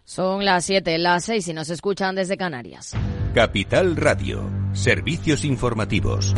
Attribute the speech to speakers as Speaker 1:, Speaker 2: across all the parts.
Speaker 1: Son las 7, las 6 y nos escuchan desde Canarias.
Speaker 2: Capital Radio, servicios informativos.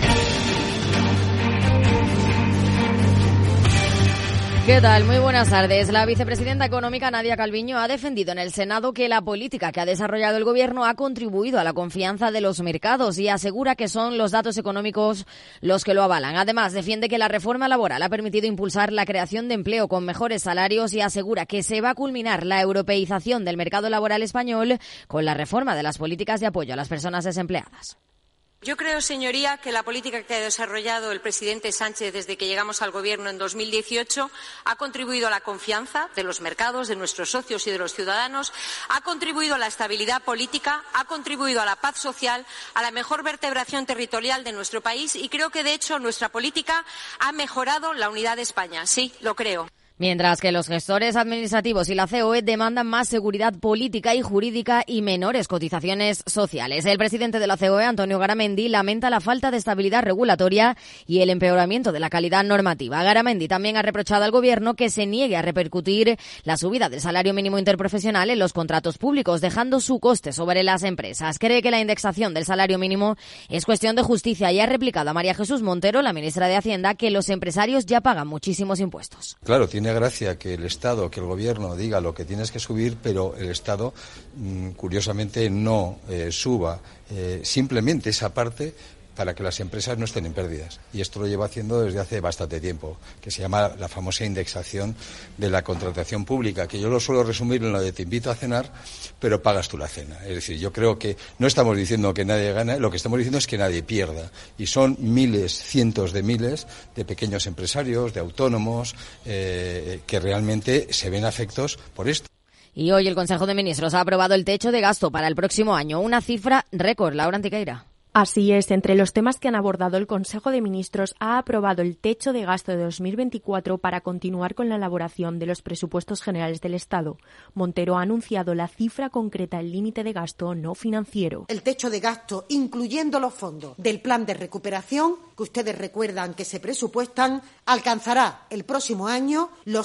Speaker 1: ¿Qué tal? Muy buenas tardes. La vicepresidenta económica Nadia Calviño ha defendido en el Senado que la política que ha desarrollado el Gobierno ha contribuido a la confianza de los mercados y asegura que son los datos económicos los que lo avalan. Además, defiende que la reforma laboral ha permitido impulsar la creación de empleo con mejores salarios y asegura que se va a culminar la europeización del mercado laboral español con la reforma de las políticas de apoyo a las personas desempleadas.
Speaker 3: Yo creo, señoría, que la política que ha desarrollado el presidente Sánchez desde que llegamos al Gobierno en 2018 ha contribuido a la confianza de los mercados, de nuestros socios y de los ciudadanos, ha contribuido a la estabilidad política, ha contribuido a la paz social, a la mejor vertebración territorial de nuestro país y creo que, de hecho, nuestra política ha mejorado la unidad de España. Sí, lo creo.
Speaker 1: Mientras que los gestores administrativos y la COE demandan más seguridad política y jurídica y menores cotizaciones sociales. El presidente de la COE, Antonio Garamendi, lamenta la falta de estabilidad regulatoria y el empeoramiento de la calidad normativa. Garamendi también ha reprochado al Gobierno que se niegue a repercutir la subida del salario mínimo interprofesional en los contratos públicos, dejando su coste sobre las empresas. Cree que la indexación del salario mínimo es cuestión de justicia y ha replicado a María Jesús Montero, la ministra de Hacienda, que los empresarios ya pagan muchísimos impuestos.
Speaker 4: Claro, tiene gracia que el Estado, que el Gobierno diga lo que tienes que subir, pero el Estado, curiosamente, no suba simplemente esa parte para que las empresas no estén en pérdidas. Y esto lo lleva haciendo desde hace bastante tiempo, que se llama la famosa indexación de la contratación pública, que yo lo suelo resumir en lo de te invito a cenar, pero pagas tú la cena. Es decir, yo creo que no estamos diciendo que nadie gane, lo que estamos diciendo es que nadie pierda. Y son miles, cientos de miles de pequeños empresarios, de autónomos, que realmente se ven afectados por esto.
Speaker 1: Y hoy el Consejo de Ministros ha aprobado el techo de gasto para el próximo año, una cifra récord. Laura Antiqueira.
Speaker 5: Así es, entre los temas que han abordado el Consejo de Ministros ha aprobado el techo de gasto de 2024 para continuar con la elaboración de los presupuestos generales del Estado. Montero ha anunciado la cifra concreta, el límite de gasto no financiero.
Speaker 6: El techo de gasto, incluyendo los fondos del plan de recuperación, que ustedes recuerdan que se presupuestan, alcanzará el próximo año los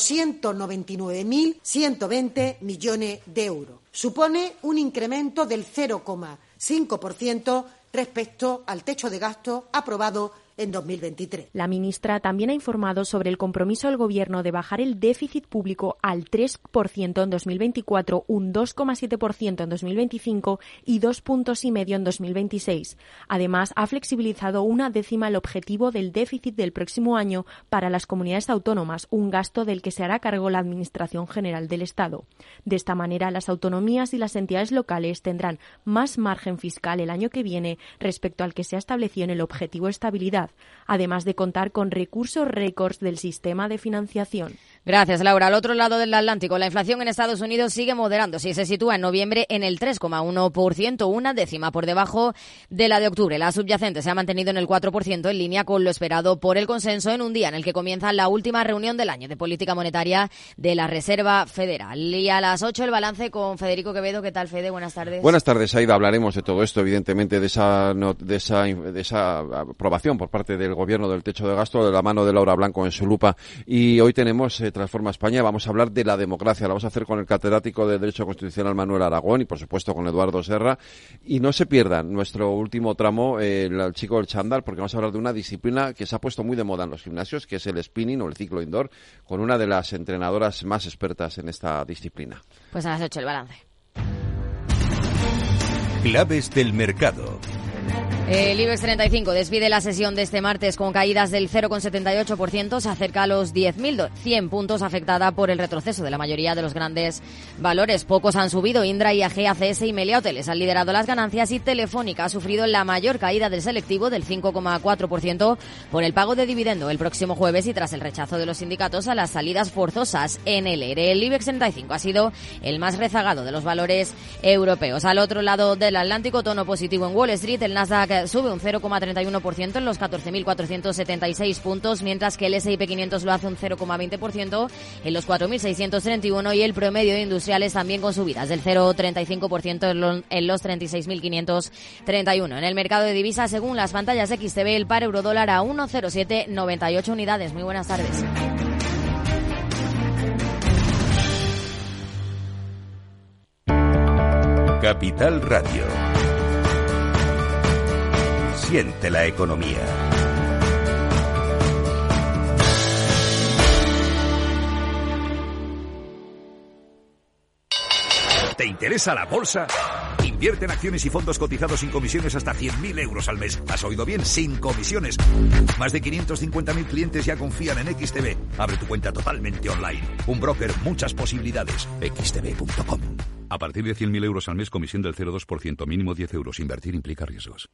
Speaker 6: 199.120 millones de euros. Supone un incremento del 0,5% respecto al techo de gasto aprobado en 2023.
Speaker 5: La ministra también ha informado sobre el compromiso del Gobierno de bajar el déficit público al 3% en 2024, un 2,7% en 2025 y 2,5 puntos en 2026. Además, ha flexibilizado una décima el objetivo del déficit del próximo año para las comunidades autónomas, un gasto del que se hará cargo la Administración General del Estado. De esta manera, las autonomías y las entidades locales tendrán más margen fiscal el año que viene respecto al que se ha establecido en el objetivo de estabilidad, además de contar con recursos récords del sistema de financiación.
Speaker 1: Gracias, Laura. Al otro lado del Atlántico, la inflación en Estados Unidos sigue moderándose y se sitúa en noviembre en el 3,1%, una décima por debajo de la de octubre. La subyacente se ha mantenido en el 4%, en línea con lo esperado por el consenso, en un día en el que comienza la última reunión del año de política monetaria de la Reserva Federal. Y a las 8 el balance con Federico Quevedo. ¿Qué tal, Fede? Buenas tardes.
Speaker 7: Buenas tardes, Aida. Hablaremos de todo esto, evidentemente, de esa aprobación por parte del Gobierno del techo de gasto, de la mano de Laura Blanco en su lupa. Y hoy tenemos Transforma España. Vamos a hablar de la democracia. Lo vamos a hacer con el catedrático de Derecho Constitucional Manuel Aragón y, por supuesto, con Eduardo Serra. Y no se pierdan nuestro último tramo, el chico del chándal, porque vamos a hablar de una disciplina que se ha puesto muy de moda en los gimnasios, que es el spinning o el ciclo indoor, con una de las entrenadoras más expertas en esta disciplina.
Speaker 1: Pues a las 8 el balance.
Speaker 2: Claves del mercado.
Speaker 1: El IBEX 35 despide la sesión de este martes con caídas del 0,78%, se acerca a los 10.100 puntos, afectada por el retroceso de la mayoría de los grandes valores. Pocos han subido. Indra, IAG, ACS y Meliá Hoteles han liderado las ganancias y Telefónica ha sufrido la mayor caída del selectivo, del 5,4%, por el pago de dividendo el próximo jueves y tras el rechazo de los sindicatos a las salidas forzosas en el ERE. El IBEX 35 ha sido el más rezagado de los valores europeos. Al otro lado del Atlántico, tono positivo en Wall Street. El Nasdaq sube un 0,31% en los 14.476 puntos, mientras que el S&P 500 lo hace un 0,20% en los 4.631 y el promedio de industriales también con subidas del 0,35% en los 36.531. En el mercado de divisas, según las pantallas XTB, el par eurodólar a 1,0798 unidades. Muy buenas tardes.
Speaker 2: Capital Radio. Siente la economía.
Speaker 8: ¿Te interesa la bolsa? Invierte en acciones y fondos cotizados sin comisiones hasta 100.000 euros al mes. ¿Has oído bien? Sin comisiones. Más de 550.000 clientes ya confían en XTB. Abre tu cuenta totalmente online. Un broker, muchas posibilidades. xtb.com.
Speaker 9: A partir de 100.000 euros al mes, comisión del 0,2%, mínimo 10 euros. Invertir implica riesgos.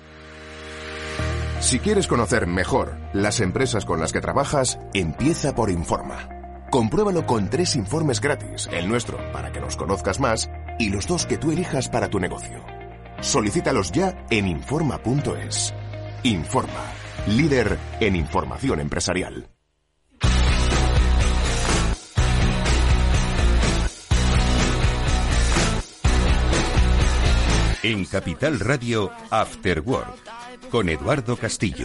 Speaker 10: Si quieres conocer mejor las empresas con las que trabajas, empieza por Informa. Compruébalo con 3 informes gratis, el nuestro para que nos conozcas más y los 2 que tú elijas para tu negocio. Solicítalos ya en Informa.es. Informa, líder en información empresarial.
Speaker 2: En Capital Radio, After Work, con Eduardo Castillo.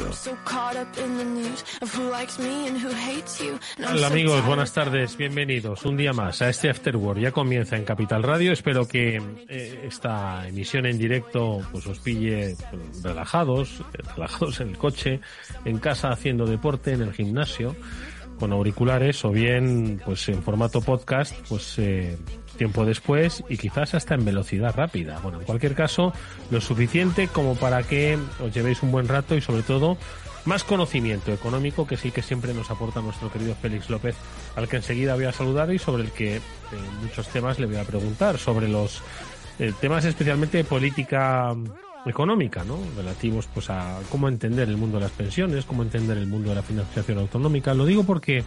Speaker 11: Hola amigos, buenas tardes, bienvenidos un día más a este After Work. Ya comienza en Capital Radio, espero que esta emisión en directo pues os pille relajados en el coche, en casa haciendo deporte, en el gimnasio, con auriculares o bien pues en formato podcast, pues tiempo después y quizás hasta en velocidad rápida. Bueno, en cualquier caso, lo suficiente como para que os llevéis un buen rato y sobre todo más conocimiento económico, que sí que siempre nos aporta nuestro querido Félix López, al que enseguida voy a saludar y sobre el que muchos temas le voy a preguntar, sobre los temas especialmente de política económica, ¿no? Relativos pues a cómo entender el mundo de las pensiones, cómo entender el mundo de la financiación autonómica. Lo digo porque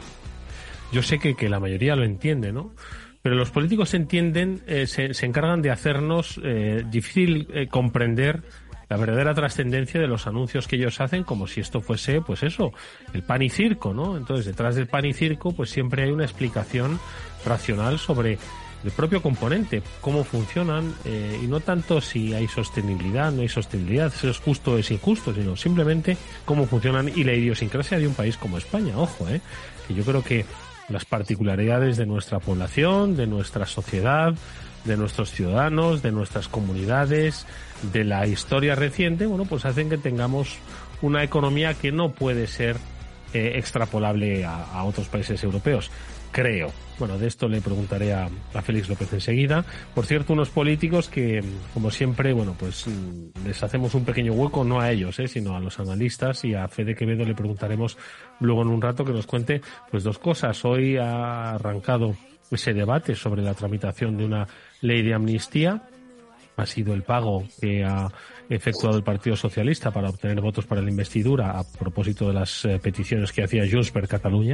Speaker 11: yo sé que la mayoría lo entiende, ¿no? Pero los políticos entienden, se encargan de hacernos difícil comprender la verdadera trascendencia de los anuncios que ellos hacen, como si esto fuese, pues eso, el pan y circo, ¿no? Entonces, detrás del pan y circo, pues siempre hay una explicación racional sobre el propio componente, cómo funcionan, y no tanto si hay sostenibilidad, no hay sostenibilidad, si es justo o es injusto, sino simplemente cómo funcionan y la idiosincrasia de un país como España. Ojo, que yo creo que las particularidades de nuestra población, de nuestra sociedad, de nuestros ciudadanos, de nuestras comunidades, de la historia reciente, bueno, pues hacen que tengamos una economía que no puede ser extrapolable a otros países europeos, creo. Bueno, de esto le preguntaré a Félix López enseguida. Por cierto, unos políticos que, como siempre, bueno, pues les hacemos un pequeño hueco, no a ellos, sino a los analistas, y a Fede Quevedo le preguntaremos luego en un rato que nos cuente pues 2 cosas. Hoy ha arrancado ese debate sobre la tramitación de una ley de amnistía. Ha sido el pago que ha efectuado el Partido Socialista para obtener votos para la investidura a propósito de las peticiones que hacía Junts per Catalunya,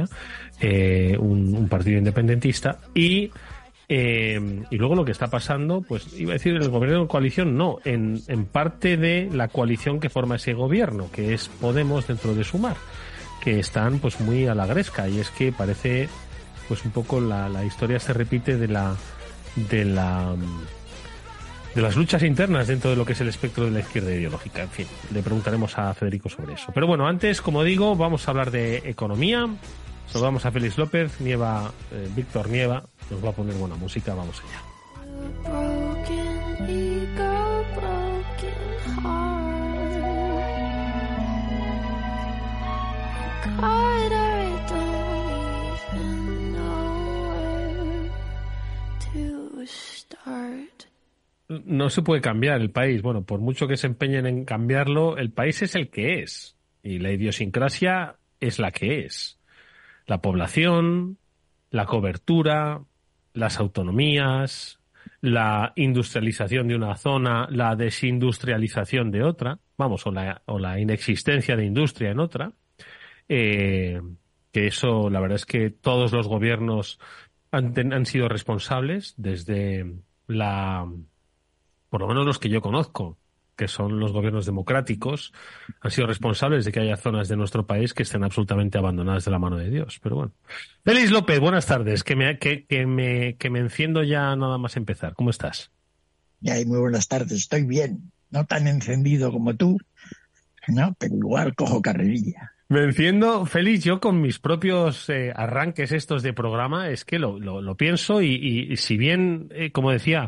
Speaker 11: un partido independentista, y luego lo que está pasando, pues iba a decir el gobierno de coalición, no, en parte de la coalición que forma ese gobierno, que es Podemos dentro de Sumar, que están pues muy a la gresca, y es que parece pues un poco la historia se repite de las luchas internas dentro de lo que es el espectro de la izquierda ideológica. En fin, le preguntaremos a Federico sobre eso. Pero bueno, antes, como digo, vamos a hablar de economía. Saludamos a Félix López, Víctor Nieva, nos va a poner buena música, vamos allá. No se puede cambiar el país. Bueno, por mucho que se empeñen en cambiarlo, el país es el que es. Y la idiosincrasia es la que es. La población, la cobertura, las autonomías, la industrialización de una zona, la desindustrialización de otra, vamos, o la inexistencia de industria en otra. Que eso, la verdad es que todos los gobiernos han sido responsables desde por lo menos los que yo conozco, que son los gobiernos democráticos, han sido responsables de que haya zonas de nuestro país que estén absolutamente abandonadas de la mano de Dios. Pero bueno. Félix López, buenas tardes, que me enciendo ya nada más empezar. ¿Cómo estás?
Speaker 12: Muy buenas tardes, estoy bien. No tan encendido como tú, ¿no? Pero igual cojo carrerilla.
Speaker 11: Me enciendo, Félix, yo con mis propios arranques estos de programa, es que lo pienso y si bien, como decía,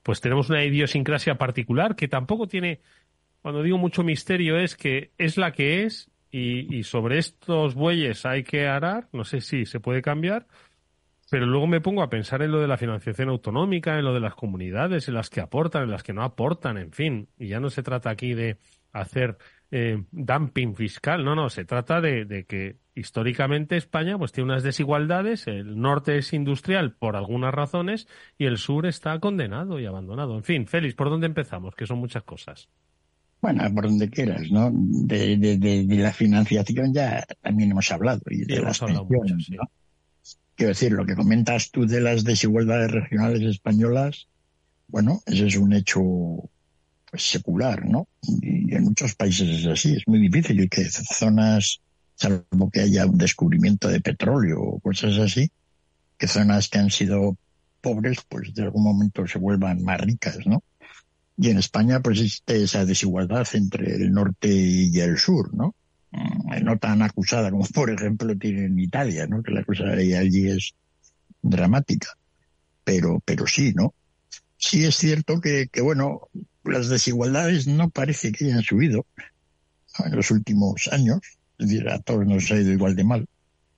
Speaker 11: pues tenemos una idiosincrasia particular que tampoco tiene, cuando digo mucho misterio, es que es la que es y sobre estos bueyes hay que arar, no sé si se puede cambiar, pero luego me pongo a pensar en lo de la financiación autonómica, en lo de las comunidades, en las que aportan, en las que no aportan, en fin, y ya no se trata aquí de hacer dumping fiscal, no, se trata de que históricamente España pues tiene unas desigualdades, el norte es industrial por algunas razones y el sur está condenado y abandonado. En fin, Félix, ¿por dónde empezamos? Que son muchas cosas.
Speaker 12: Bueno, por donde quieras, ¿no? De la financiación ya también hemos hablado y de las pensiones, mucho, sí. ¿No? Quiero decir, lo que comentas tú de las desigualdades regionales españolas, bueno, ese es un hecho pues secular, ¿no? Y en muchos países es así, es muy difícil que zonas, salvo que haya un descubrimiento de petróleo o cosas así, que zonas que han sido pobres, pues de algún momento se vuelvan más ricas, ¿no? Y en España, pues existe esa desigualdad entre el norte y el sur, ¿no? No tan acusada como, por ejemplo, tiene en Italia, ¿no? Que la cosa allí es dramática. Pero sí, ¿no? Sí es cierto que bueno, las desigualdades no parece que hayan subido en los últimos años. Es decir, a todos nos ha ido igual de mal.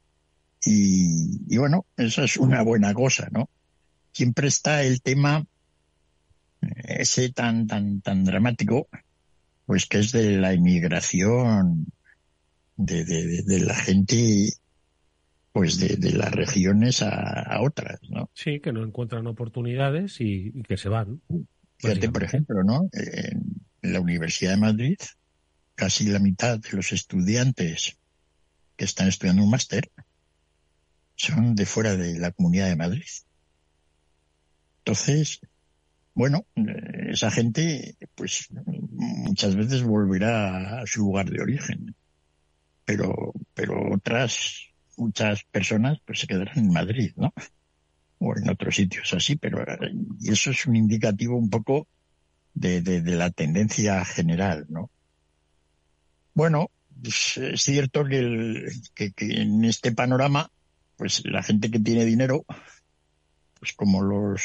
Speaker 12: Y bueno, esa es una buena cosa, ¿no? Siempre está el tema ese tan dramático, pues que es de la inmigración de la gente, pues de las regiones a otras, ¿no?
Speaker 11: Sí, que no encuentran oportunidades y que se van.
Speaker 12: Fíjate, por ejemplo, ¿no? En la Universidad de Madrid, casi la mitad de los estudiantes que están estudiando un máster son de fuera de la Comunidad de Madrid. Entonces, bueno, esa gente, pues muchas veces volverá a su lugar de origen. Pero muchas personas pues se quedarán en Madrid, ¿no? O en otros sitios así, pero y eso es un indicativo un poco de la tendencia general, ¿no? Bueno, pues es cierto que en este panorama, pues la gente que tiene dinero, pues como los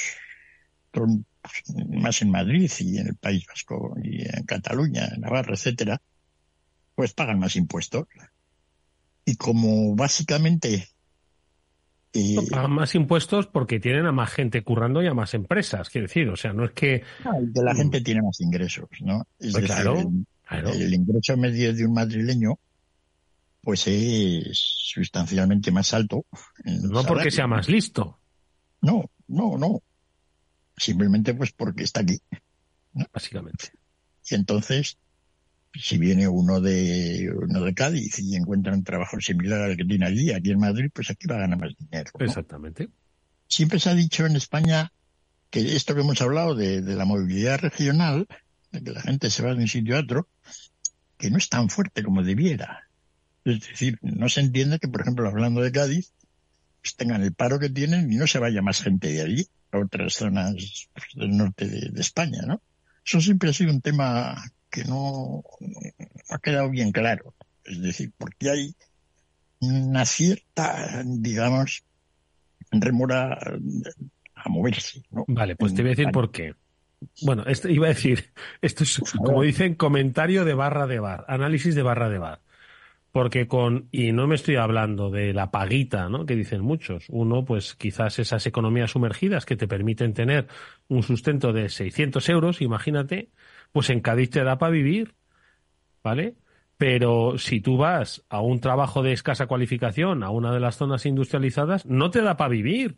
Speaker 12: más en Madrid y en el País Vasco y en Cataluña, en Navarra, etcétera, pues pagan más impuestos. Y como básicamente...
Speaker 11: pagan más impuestos porque tienen a más gente currando y a más empresas, quiero decir, o sea, no es que...
Speaker 12: que la gente tiene más ingresos, ¿no? Es decir,
Speaker 11: claro.
Speaker 12: El ingreso medio de un madrileño pues es sustancialmente más alto.
Speaker 11: No porque sea más listo.
Speaker 12: No. Simplemente pues porque está aquí, ¿no?
Speaker 11: Básicamente.
Speaker 12: Y entonces, si viene uno de Cádiz y encuentra un trabajo similar al que tiene allí, aquí en Madrid, pues aquí va a ganar más dinero, ¿no?
Speaker 11: Exactamente.
Speaker 12: Siempre se ha dicho en España que esto que hemos hablado de la movilidad regional, de que la gente se va de un sitio a otro, que no es tan fuerte como debiera. Es decir, no se entiende que, por ejemplo, hablando de Cádiz, pues tengan el paro que tienen y no se vaya más gente de allí a otras zonas pues, del norte de España, ¿no? Eso siempre ha sido un tema que no ha quedado bien claro. Es decir, porque hay una cierta, digamos, remora a moverse, ¿no?
Speaker 11: Vale, pues te voy a decir por qué. Bueno, iba a decir, esto es, como dicen, comentario de barra de bar, análisis de barra de bar. Porque y no me estoy hablando de la paguita, ¿no?, que dicen muchos. Uno, pues quizás esas economías sumergidas que te permiten tener un sustento de 600 euros, imagínate, pues en Cádiz te da para vivir, ¿vale? Pero si tú vas a un trabajo de escasa cualificación, a una de las zonas industrializadas, no te da para vivir.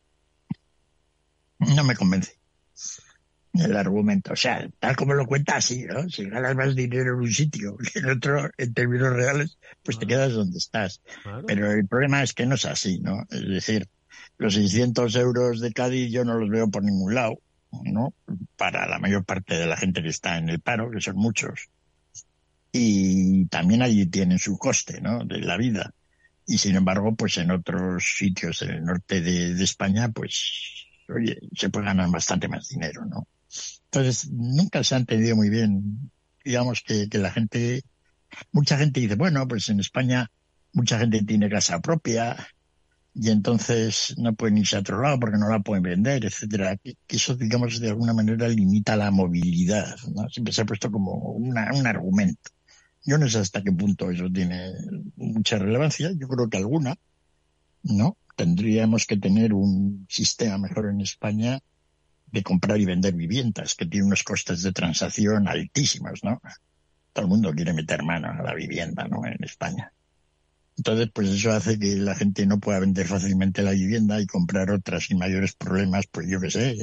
Speaker 12: No me convence el argumento. O sea, tal como lo cuenta, así, ¿no? Si ganas más dinero en un sitio que en otro, en términos reales, pues te quedas donde estás. Claro. Pero el problema es que no es así, ¿no? Es decir, los 600 euros de Cádiz yo no los veo por ningún lado, ¿no? Para la mayor parte de la gente que está en el paro, que son muchos. Y también allí tienen su coste, ¿no?, de la vida. Y sin embargo, pues en otros sitios en el norte de España, pues, oye, se puede ganar bastante más dinero, ¿no? Entonces, nunca se ha entendido muy bien, digamos, que la gente, mucha gente dice, bueno, pues en España mucha gente tiene casa propia, y entonces no pueden irse a otro lado porque no la pueden vender, etcétera. Que eso, digamos, de alguna manera limita la movilidad, ¿no? Siempre se ha puesto como un argumento. Yo no sé hasta qué punto eso tiene mucha relevancia. Yo creo que alguna, ¿no? Tendríamos que tener un sistema mejor en España de comprar y vender viviendas, que tiene unos costes de transacción altísimos, ¿no? Todo el mundo quiere meter mano a la vivienda, ¿no? En España. Entonces, pues eso hace que la gente no pueda vender fácilmente la vivienda y comprar otras sin mayores problemas, pues yo qué sé,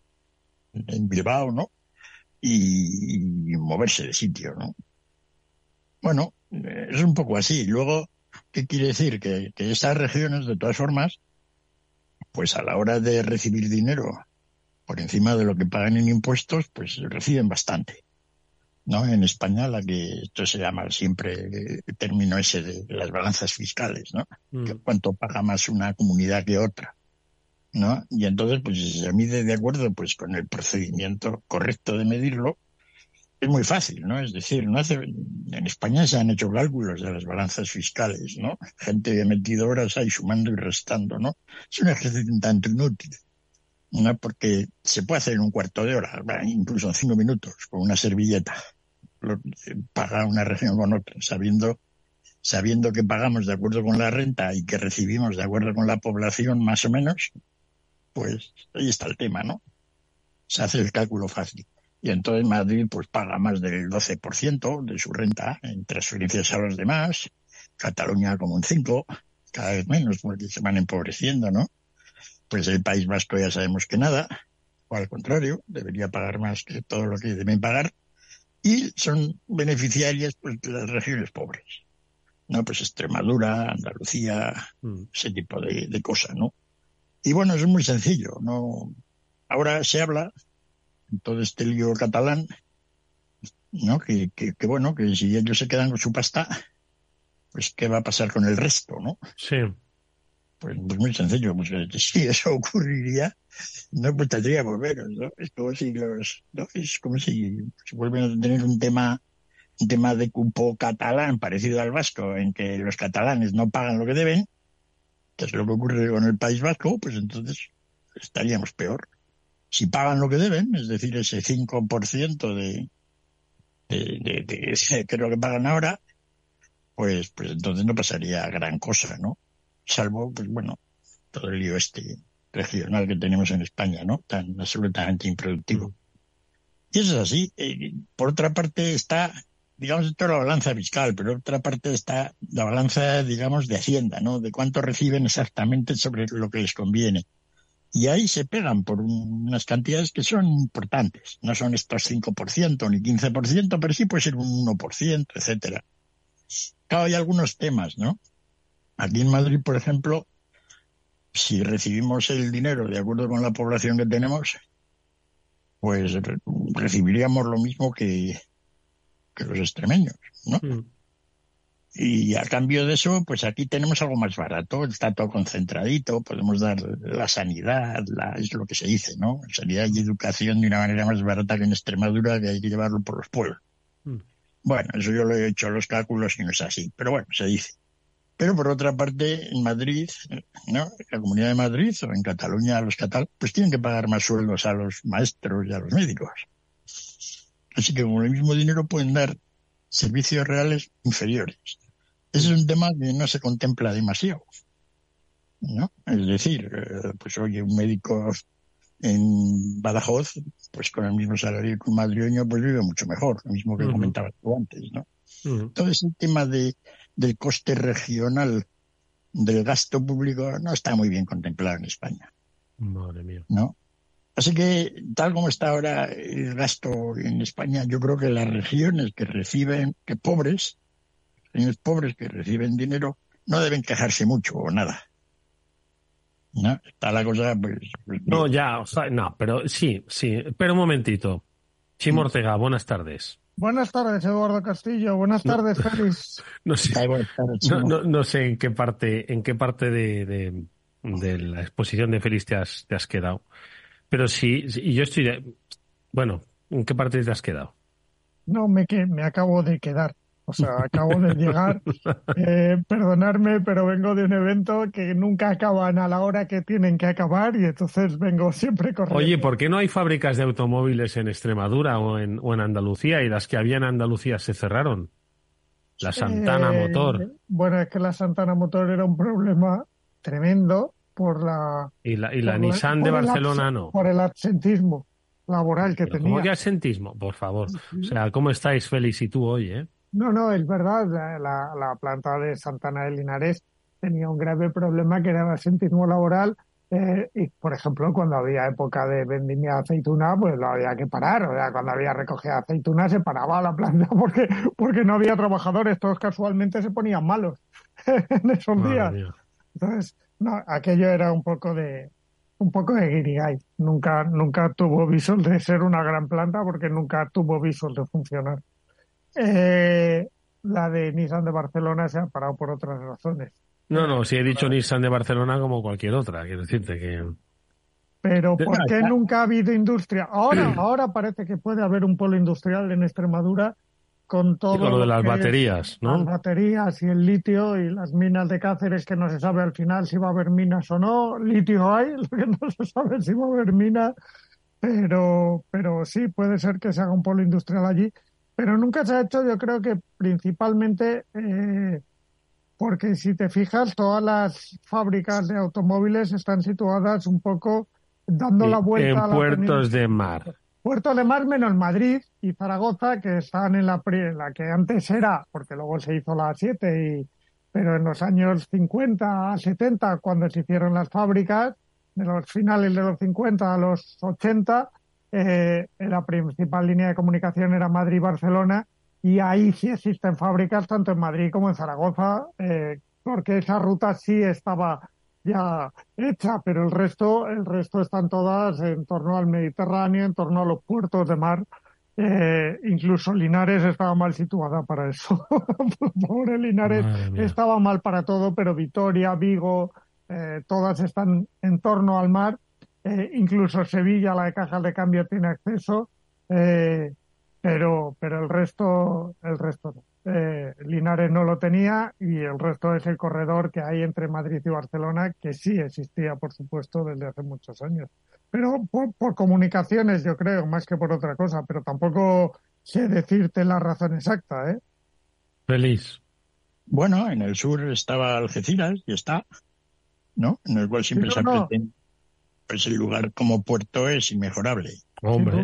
Speaker 12: en Bilbao, ¿no? Y moverse de sitio, ¿no? Bueno, es un poco así. Luego, ¿qué quiere decir? Que estas regiones, de todas formas, pues a la hora de recibir dinero por encima de lo que pagan en impuestos, pues reciben bastante, ¿no? En España, esto se llama siempre el término ese de las balanzas fiscales, ¿no? Que cuánto paga más una comunidad que otra, ¿no? Y entonces, pues si se mide de acuerdo pues con el procedimiento correcto de medirlo, es muy fácil, ¿no? Es decir, en España se han hecho cálculos de las balanzas fiscales, ¿no? Gente ha metido horas ahí sumando y restando, ¿no? Es un ejercicio un tanto inútil, ¿no? Porque se puede hacer en un cuarto de hora, incluso en 5 minutos, con una servilleta. Paga una región con otra, sabiendo que pagamos de acuerdo con la renta y que recibimos de acuerdo con la población, más o menos, pues ahí está el tema, ¿no? Se hace el cálculo fácil. Y entonces Madrid pues paga más del 12% de su renta en transferencias a los demás, Cataluña como un 5%, cada vez menos porque se van empobreciendo, ¿no? Pues el País Vasco ya sabemos que nada, o al contrario, debería pagar más que todo lo que deben pagar, y son beneficiarias pues de las regiones pobres, ¿no? Pues Extremadura, Andalucía, ese tipo de cosas, ¿no? Y bueno, eso es muy sencillo, ¿no? Ahora se habla en todo este lío catalán, ¿no? Que bueno, que si ellos se quedan con su pasta, pues ¿qué va a pasar con el resto, no?
Speaker 11: Sí.
Speaker 12: Pues muy sencillo, pues si eso ocurriría, no pues tendríamos menos, ¿no? Es como si se vuelven a tener un tema de cupo catalán parecido al vasco, en que los catalanes no pagan lo que deben, que es lo que ocurre con el País Vasco, pues entonces estaríamos peor. Si pagan lo que deben, es decir, ese 5% de que es lo que pagan ahora, pues entonces no pasaría gran cosa, ¿no? Salvo, pues bueno, todo el lío regional que tenemos en España, ¿no? Tan absolutamente improductivo. Y eso es así. Por otra parte está, digamos, esto es la balanza fiscal, pero por otra parte está la balanza, digamos, de Hacienda, ¿no? De cuánto reciben exactamente sobre lo que les conviene. Y ahí se pegan por unas cantidades que son importantes. No son estos 5% ni 15%, pero sí puede ser un 1%, etcétera. Claro, hay algunos temas, ¿no? Aquí en Madrid, por ejemplo, si recibimos el dinero de acuerdo con la población que tenemos, pues recibiríamos lo mismo que los extremeños, ¿no? Y a cambio de eso, pues aquí tenemos algo más barato, está todo concentradito, podemos dar la sanidad, es lo que se dice, ¿no? Sanidad y educación de una manera más barata que en Extremadura, que hay que llevarlo por los pueblos. Bueno, eso yo lo he hecho los cálculos y no es así, pero bueno, se dice. Pero por otra parte, en Madrid, ¿no? En la Comunidad de Madrid o en Cataluña, los catalanes, pues tienen que pagar más sueldos a los maestros y a los médicos. Así que con el mismo dinero pueden dar servicios reales inferiores. Ese es un tema que no se contempla demasiado, ¿no? Es decir, pues oye, un médico en Badajoz, pues con el mismo salario que un madrileño, pues vive mucho mejor, lo mismo que comentabas tú antes, ¿no? Todo ese tema del coste regional del gasto público no está muy bien contemplado en España.
Speaker 11: Madre mía.
Speaker 12: ¿No? Así que, tal como está ahora el gasto en España, yo creo que las regiones que reciben, pobres que reciben dinero, no deben quejarse mucho o nada. ¿No? Está la cosa, pues
Speaker 11: no, ya, o sea, no, pero sí, pero un momentito. Chimo Ortega, buenas tardes.
Speaker 13: Buenas tardes, Eduardo Castillo. Buenas tardes, Félix.
Speaker 11: No sé en qué parte de la exposición de Félix te has quedado. Pero sí, y yo estoy bueno, ¿en qué parte te has quedado?
Speaker 13: No, me acabo de quedar. O sea, acabo de llegar, perdonadme, pero vengo de un evento que nunca acaban a la hora que tienen que acabar y entonces vengo siempre corriendo.
Speaker 11: Oye, ¿por qué no hay fábricas de automóviles en Extremadura o en Andalucía y las que había en Andalucía se cerraron? La Santana Motor.
Speaker 13: Bueno, es que la Santana Motor era un problema tremendo por la...
Speaker 11: Y la Nissan de Barcelona no.
Speaker 13: Por el absentismo laboral que tenía.
Speaker 11: ¿Cómo que absentismo? Por favor. O sea, ¿cómo estáis, Félix, y tú hoy,
Speaker 13: No, es verdad. La planta de Santana de Linares tenía un grave problema que era el absentismo laboral. Y, por ejemplo, cuando había época de vendimia de aceituna, pues lo había que parar. O sea, cuando había recogida de aceituna se paraba la planta porque no había trabajadores. Todos casualmente se ponían malos en esos días.
Speaker 11: Mía.
Speaker 13: Entonces, no, aquello era un poco de guirigay. Nunca tuvo visos de ser una gran planta porque nunca tuvo visos de funcionar. La de Nissan de Barcelona se ha parado por otras razones.
Speaker 11: No, si he dicho Nissan de Barcelona como cualquier otra, quiero decirte que...
Speaker 13: Pero ¿por qué nunca ha habido industria? Ahora parece que puede haber un polo industrial en Extremadura con todo
Speaker 11: lo de las baterías, ¿no?
Speaker 13: Las baterías y el litio y las minas de Cáceres, que no se sabe al final si va a haber minas o no. Litio hay, lo que no se sabe si va a haber minas, pero sí, puede ser que se haga un polo industrial allí. Pero nunca se ha hecho, yo creo que principalmente porque si te fijas, todas las fábricas de automóviles están situadas un poco dando la vuelta a la
Speaker 11: puertos de mar.
Speaker 13: Puertos de mar menos Madrid y Zaragoza, que están en la que antes era, porque luego se hizo la A7, pero en los años 50 a 70, cuando se hicieron las fábricas, de los finales de los 50 a los 80, la principal línea de comunicación era Madrid-Barcelona, y ahí sí existen fábricas tanto en Madrid como en Zaragoza, porque esa ruta sí estaba ya hecha, pero el resto están todas en torno al Mediterráneo, en torno a los puertos de mar. Incluso Linares estaba mal situada para eso. Pobre Linares estaba mal para todo, pero Vitoria, Vigo, todas están en torno al mar. Incluso Sevilla, la de cajas de cambio, tiene acceso, pero el resto no. Linares no lo tenía y el resto es el corredor que hay entre Madrid y Barcelona, que sí existía, por supuesto, desde hace muchos años. Pero por comunicaciones, yo creo, más que por otra cosa, pero tampoco sé decirte la razón exacta,
Speaker 11: Feliz.
Speaker 12: Bueno, en el sur estaba Algeciras y está, ¿no? En el cual siempre se pretende. Pues el lugar como puerto es inmejorable.
Speaker 11: Hombre.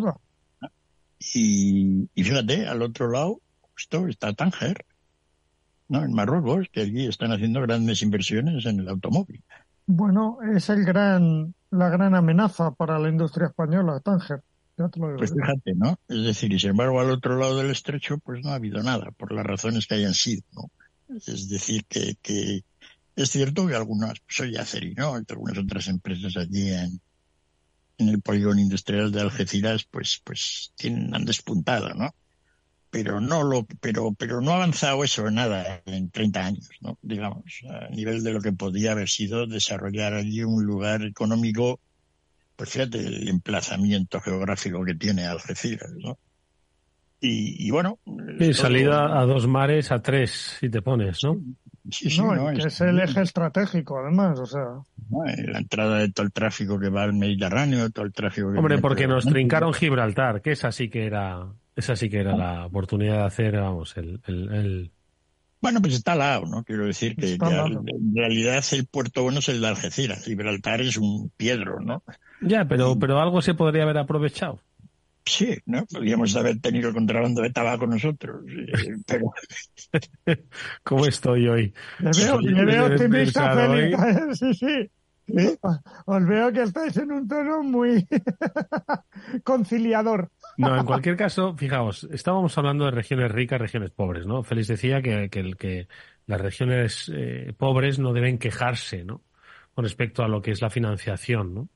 Speaker 12: Y fíjate, al otro lado justo está Tánger, ¿no? En Marruecos, que allí están haciendo grandes inversiones en el automóvil.
Speaker 13: Bueno, es la gran amenaza para la industria española, Tánger. Ya te lo digo.
Speaker 12: Pues fíjate, ¿no? Es decir, y sin embargo al otro lado del estrecho pues no ha habido nada, por las razones que hayan sido, ¿no? Es decir, que es cierto que algunas, pues oye, Acerino y algunas otras empresas allí en el polígono industrial de Algeciras, pues han despuntado, ¿no? Pero no no ha avanzado eso nada en 30 años, ¿no? Digamos, a nivel de lo que podía haber sido desarrollar allí un lugar económico, pues fíjate el emplazamiento geográfico que tiene Algeciras, ¿no? Y bueno...
Speaker 11: Sí, salida a 2 mares, a 3, si te pones, ¿no?
Speaker 12: Sí,
Speaker 13: no, que es el eje estratégico, además, o sea...
Speaker 12: La entrada de todo el tráfico que va al Mediterráneo, todo el tráfico que...
Speaker 11: Hombre, porque nos trincaron Gibraltar, que esa sí que era la oportunidad de hacer, vamos, el...
Speaker 12: Bueno, pues está al lado, ¿no? Quiero decir que en realidad el puerto bueno es el de Algeciras. Gibraltar es un piedro, ¿no?
Speaker 11: Ya, pero algo se podría haber aprovechado.
Speaker 12: Sí, ¿no? Podríamos haber tenido el contrabando de tabaco nosotros, pero...
Speaker 11: ¿Cómo estoy hoy?
Speaker 13: Le veo optimista, Félix. Sí. Os veo que estáis en un tono muy conciliador.
Speaker 11: No, en cualquier caso, fijaos, estábamos hablando de regiones ricas, regiones pobres, ¿no? Félix decía que las regiones pobres no deben quejarse, ¿no? Con respecto a lo que es la financiación, ¿no?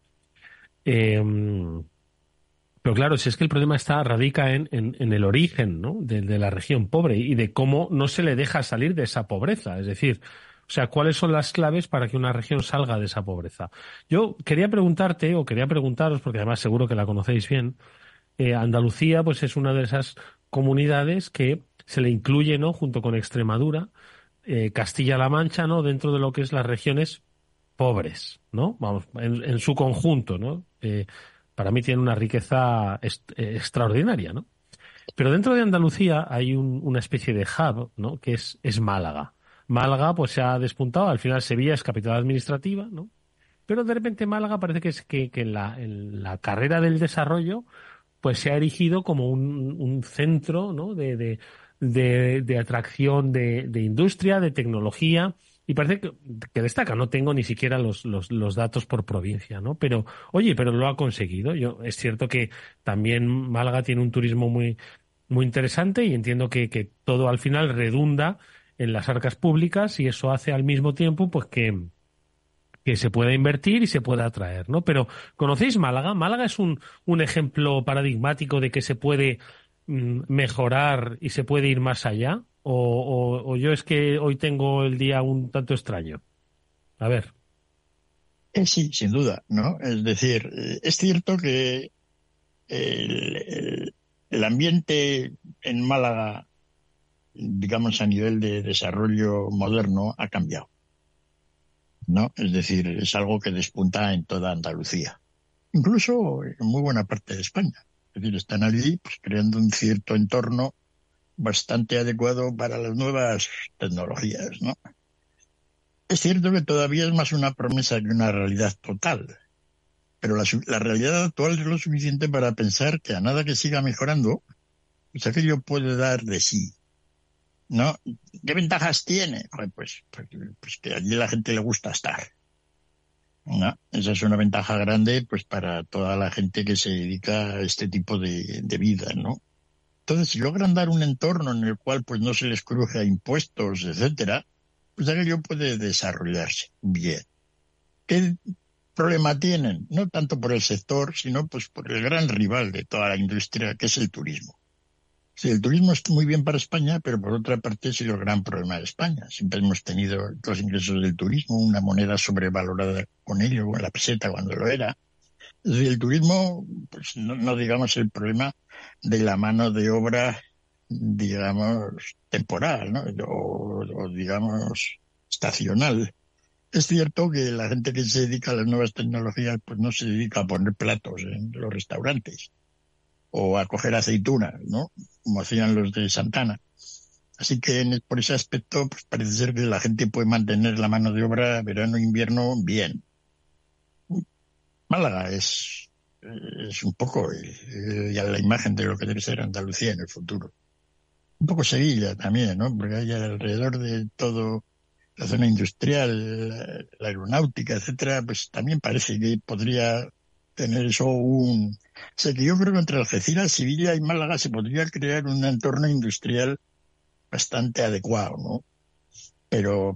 Speaker 11: Pero claro, si es que el problema radica en el origen, ¿no? de la región pobre y de cómo no se le deja salir de esa pobreza. Es decir, o sea, ¿cuáles son las claves para que una región salga de esa pobreza? Yo quería preguntaros, porque además seguro que la conocéis bien, Andalucía pues es una de esas comunidades que se le incluye, ¿no?, junto con Extremadura, Castilla-La Mancha, ¿no?, dentro de lo que es las regiones pobres, ¿no? Vamos, en su conjunto, ¿no? Para mí tiene una riqueza extraordinaria, ¿no? Pero dentro de Andalucía hay una especie de hub, ¿no?, que es Málaga. Málaga, pues se ha despuntado. Al final Sevilla es capital administrativa, ¿no? Pero de repente Málaga parece que en la carrera del desarrollo pues se ha erigido como un centro, ¿no?, de atracción de industria, de tecnología, y parece que destaca. No tengo ni siquiera los datos por provincia, ¿no? Pero lo ha conseguido. Es cierto que también Málaga tiene un turismo muy, muy interesante, y entiendo que todo al final redunda en las arcas públicas, y eso hace al mismo tiempo pues que se pueda invertir y se pueda atraer, ¿no? Pero, ¿conocéis Málaga? Málaga es un ejemplo paradigmático de que se puede mejorar y se puede ir más allá, o yo es que hoy tengo el día un tanto extraño. A ver.
Speaker 12: Sí, sin duda, ¿no? Es decir, es cierto que el ambiente en Málaga, digamos, a nivel de desarrollo moderno, ha cambiado, ¿no? Es decir, es algo que despunta en toda Andalucía, incluso en muy buena parte de España. Es decir, están allí pues creando un cierto entorno bastante adecuado para las nuevas tecnologías, ¿no? Es cierto que todavía es más una promesa que una realidad total, pero la realidad actual es lo suficiente para pensar que a nada que siga mejorando, pues aquello puede dar de sí, ¿no? ¿Qué ventajas tiene? Pues que allí la gente le gusta estar, ¿no? Esa es una ventaja grande pues para toda la gente que se dedica a este tipo de vida, ¿no? Entonces, si logran dar un entorno en el cual pues no se les cruje a impuestos, etcétera, pues aquello puede desarrollarse bien. ¿Qué problema tienen? No tanto por el sector, sino pues por el gran rival de toda la industria, que es el turismo. Sí, el turismo es muy bien para España, pero por otra parte es el gran problema de España. Siempre hemos tenido los ingresos del turismo, una moneda sobrevalorada con ello, con la peseta cuando lo era. Es decir, el turismo, pues no digamos el problema de la mano de obra, digamos, temporal, ¿no? O digamos, estacional. Es cierto que la gente que se dedica a las nuevas tecnologías pues no se dedica a poner platos en los restaurantes o a coger aceitunas, ¿no?, como hacían los de Santana. Así que por ese aspecto pues parece ser que la gente puede mantener la mano de obra verano e invierno bien. Málaga es un poco ya la imagen de lo que debe ser Andalucía en el futuro. Un poco Sevilla también, ¿no? Porque hay alrededor de todo la zona industrial, la aeronáutica, etcétera, pues también parece que podría tener eso sé que yo creo que entre Algeciras, Sevilla y Málaga se podría crear un entorno industrial bastante adecuado, ¿no? Pero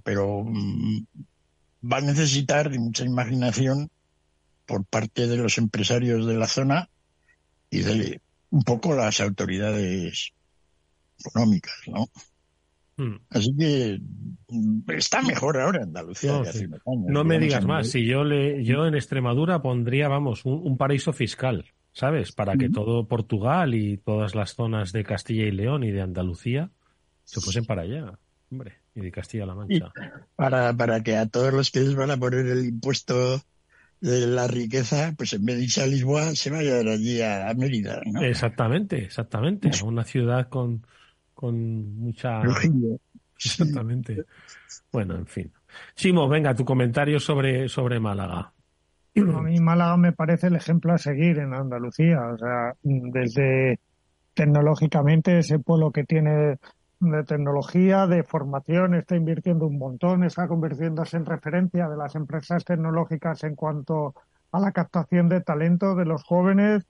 Speaker 12: va a necesitar de mucha imaginación por parte de los empresarios de la zona y de un poco las autoridades económicas, ¿no? Así que está mejor ahora Andalucía que hace unos años.
Speaker 11: No me digas más. Si yo en Extremadura pondría, vamos, un paraíso fiscal, ¿sabes? Para que todo Portugal y todas las zonas de Castilla y León y de Andalucía se fuesen para allá, hombre, y de Castilla-La Mancha.
Speaker 12: Para que a todos los que les van a poner el impuesto de la riqueza, pues en vez de irse a Lisboa, se vayan allí a Mérida, ¿no?
Speaker 11: Exactamente. A una ciudad con mucha... Exactamente. Bueno, en fin. Simo, venga, tu comentario sobre Málaga.
Speaker 13: A mí Málaga me parece el ejemplo a seguir en Andalucía. O sea, desde tecnológicamente ese pueblo que tiene de tecnología, de formación, está invirtiendo un montón, está convirtiéndose en referencia de las empresas tecnológicas en cuanto a la captación de talento de los jóvenes.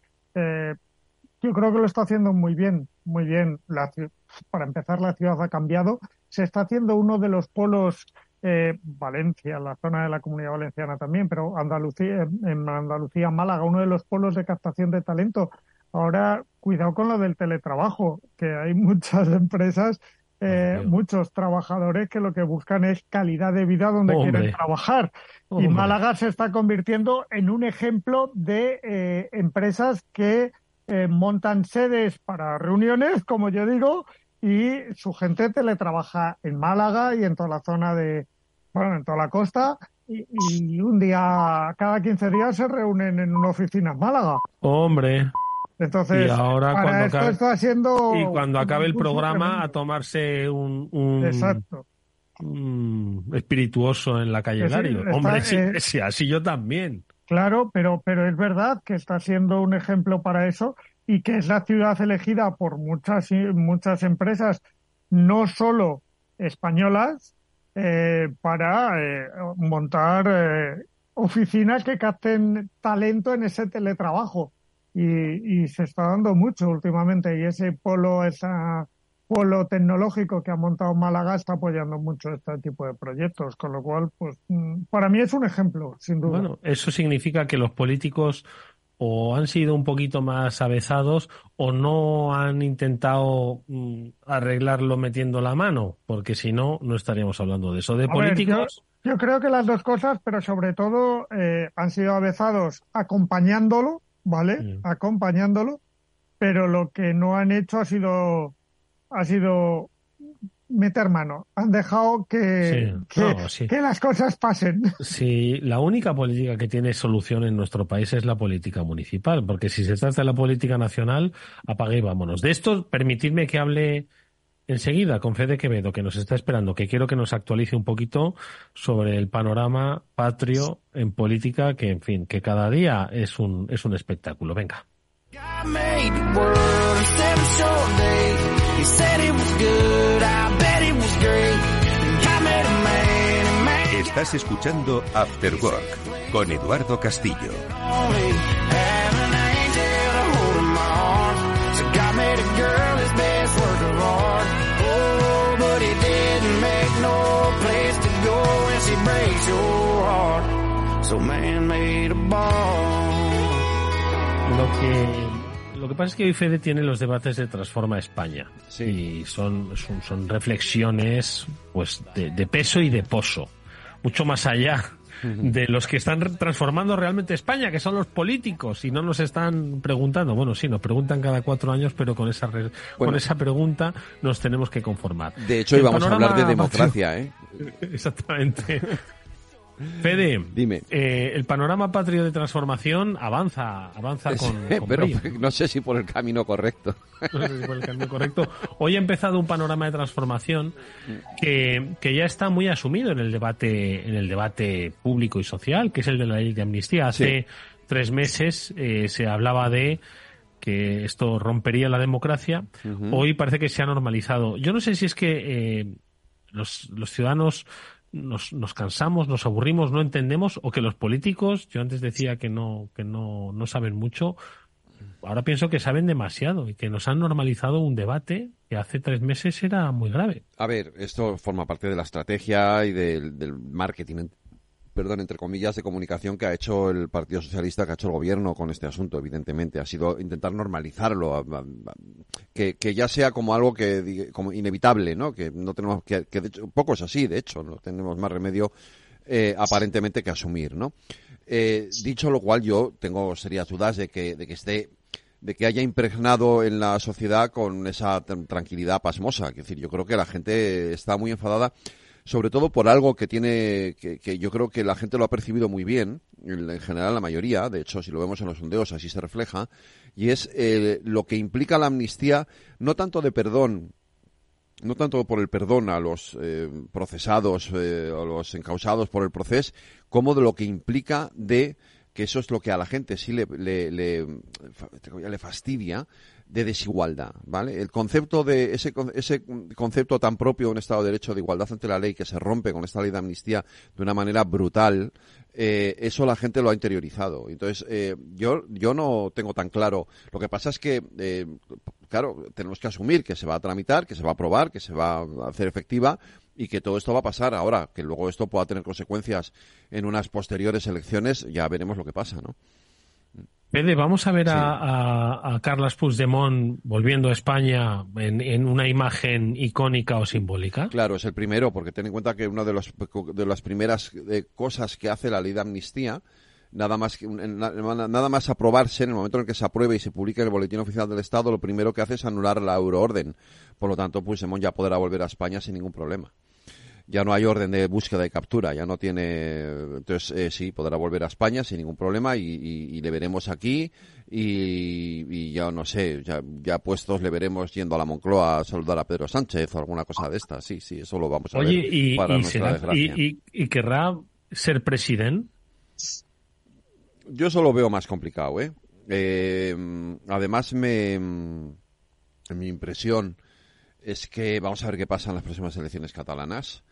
Speaker 13: Yo creo que lo está haciendo muy bien, muy bien. Para empezar, la ciudad ha cambiado. Se está haciendo uno de los polos, Valencia, la zona de la Comunidad Valenciana también, pero en Andalucía, Málaga, uno de los polos de captación de talento. Ahora, cuidado con lo del teletrabajo, que hay muchas empresas, muchos trabajadores que lo que buscan es calidad de vida donde quieren trabajar. Y Málaga se está convirtiendo en un ejemplo de empresas que montan sedes para reuniones, como yo digo, y su gente teletrabaja en Málaga y en toda la zona en toda la costa, y un día cada 15 días se reúnen en una oficina en Málaga.
Speaker 11: Hombre.
Speaker 13: Entonces,
Speaker 11: y ahora
Speaker 13: cuando
Speaker 11: acabe el programa, a tomarse un
Speaker 13: exacto.
Speaker 11: Espirituoso en la calle Lario. Hombre, sí, así yo también.
Speaker 13: Claro, pero es verdad que está siendo un ejemplo para eso, y que es la ciudad elegida por muchas empresas, no solo españolas, para montar oficinas que capten talento en ese teletrabajo. Y se está dando mucho últimamente, y ese polo tecnológico que ha montado Málaga está apoyando mucho este tipo de proyectos, con lo cual, pues, para mí es un ejemplo, sin duda.
Speaker 11: Bueno, eso significa que los políticos o han sido un poquito más avezados o no han intentado arreglarlo metiendo la mano, porque si no, no estaríamos hablando de eso. De políticos...
Speaker 13: Yo creo que las dos cosas, pero sobre todo han sido avezados acompañándolo, ¿vale? Sí. Acompañándolo, pero lo que no han hecho ha sido meter mano. Han dejado que las cosas pasen.
Speaker 11: Sí, la única política que tiene solución en nuestro país es la política municipal, porque si se trata de la política nacional, apague y vámonos. De esto, permitidme que hable enseguida con Fede Quevedo, que nos está esperando, que quiero que nos actualice un poquito sobre el panorama patrio en política, que, en fin, que cada día es un espectáculo. Venga.
Speaker 2: Estás escuchando After Work con Eduardo Castillo.
Speaker 11: Lo que pasa es que hoy Fede tiene los debates de Transforma España. Sí. Y son reflexiones, pues, de peso y de poso. Mucho más allá de los que están transformando realmente España, que son los políticos, y no nos están preguntando. Bueno, sí, nos preguntan cada 4 años, pero con esa pregunta nos tenemos que conformar.
Speaker 7: De hecho, hoy vamos a hablar de democracia, ¿eh?
Speaker 11: Exactamente. Fede,
Speaker 7: dime.
Speaker 11: El panorama patrio de transformación avanza con
Speaker 7: pero
Speaker 11: brío.
Speaker 7: No sé si por el camino correcto.
Speaker 11: No sé si por el camino correcto. Hoy ha empezado un panorama de transformación que ya está muy asumido en el debate público y social, que es el de la ley de amnistía. Hace 3 meses se hablaba de que esto rompería la democracia. Hoy parece que se ha normalizado. Yo no sé si es que los ciudadanos nos cansamos, nos aburrimos, no entendemos, o que los políticos, yo antes decía que no saben mucho, ahora pienso que saben demasiado y que nos han normalizado un debate que hace 3 meses era muy grave.
Speaker 7: A ver, esto forma parte de la estrategia y del marketing, entre comillas, de comunicación que ha hecho el Partido Socialista, que ha hecho el gobierno con este asunto, evidentemente. Ha sido intentar normalizarlo, que ya sea como algo como inevitable, ¿no? Que no tenemos que de hecho, poco es así, de hecho, no tenemos más remedio aparentemente que asumir, ¿no? Dicho lo cual, yo tengo serias dudas de que haya impregnado en la sociedad con esa tranquilidad pasmosa. Es decir, yo creo que la gente está muy enfadada, sobre todo por algo que yo creo que la gente lo ha percibido muy bien, en general la mayoría, de hecho si lo vemos en los sondeos así se refleja, y es lo que implica la amnistía, no tanto por el perdón a los procesados o los encausados por el proceso, como de lo que implica que eso es lo que a la gente sí le fastidia, de desigualdad, ¿vale? El concepto de ese concepto tan propio de un Estado de Derecho, de igualdad ante la ley, que se rompe con esta ley de amnistía de una manera brutal, eso la gente lo ha interiorizado. Entonces, yo no tengo tan claro. Lo que pasa es que, claro, tenemos que asumir que se va a tramitar, que se va a aprobar, que se va a hacer efectiva, y que todo esto va a pasar. Ahora, que luego esto pueda tener consecuencias en unas posteriores elecciones, ya veremos lo que pasa, ¿no?
Speaker 11: Fede, vamos a ver a Carles Puigdemont volviendo a España en una imagen icónica o simbólica.
Speaker 7: Claro, es el primero, porque ten en cuenta que una de las primeras cosas que hace la ley de amnistía nada más aprobarse, en el momento en el que se apruebe y se publique en el Boletín Oficial del Estado, lo primero que hace es anular la euroorden. Por lo tanto, Puigdemont ya podrá volver a España sin ningún problema. Ya no hay orden de búsqueda y captura, ya no tiene... Entonces, sí, podrá volver a España sin ningún problema y le veremos aquí y ya no sé, ya puestos le veremos yendo a la Moncloa a saludar a Pedro Sánchez o alguna cosa de esta. Sí, eso lo vamos a ver para nuestra desgracia.
Speaker 11: ¿Y querrá ser presidente?
Speaker 7: Yo eso lo veo más complicado, Además, mi impresión es que vamos a ver qué pasa en las próximas elecciones catalanas.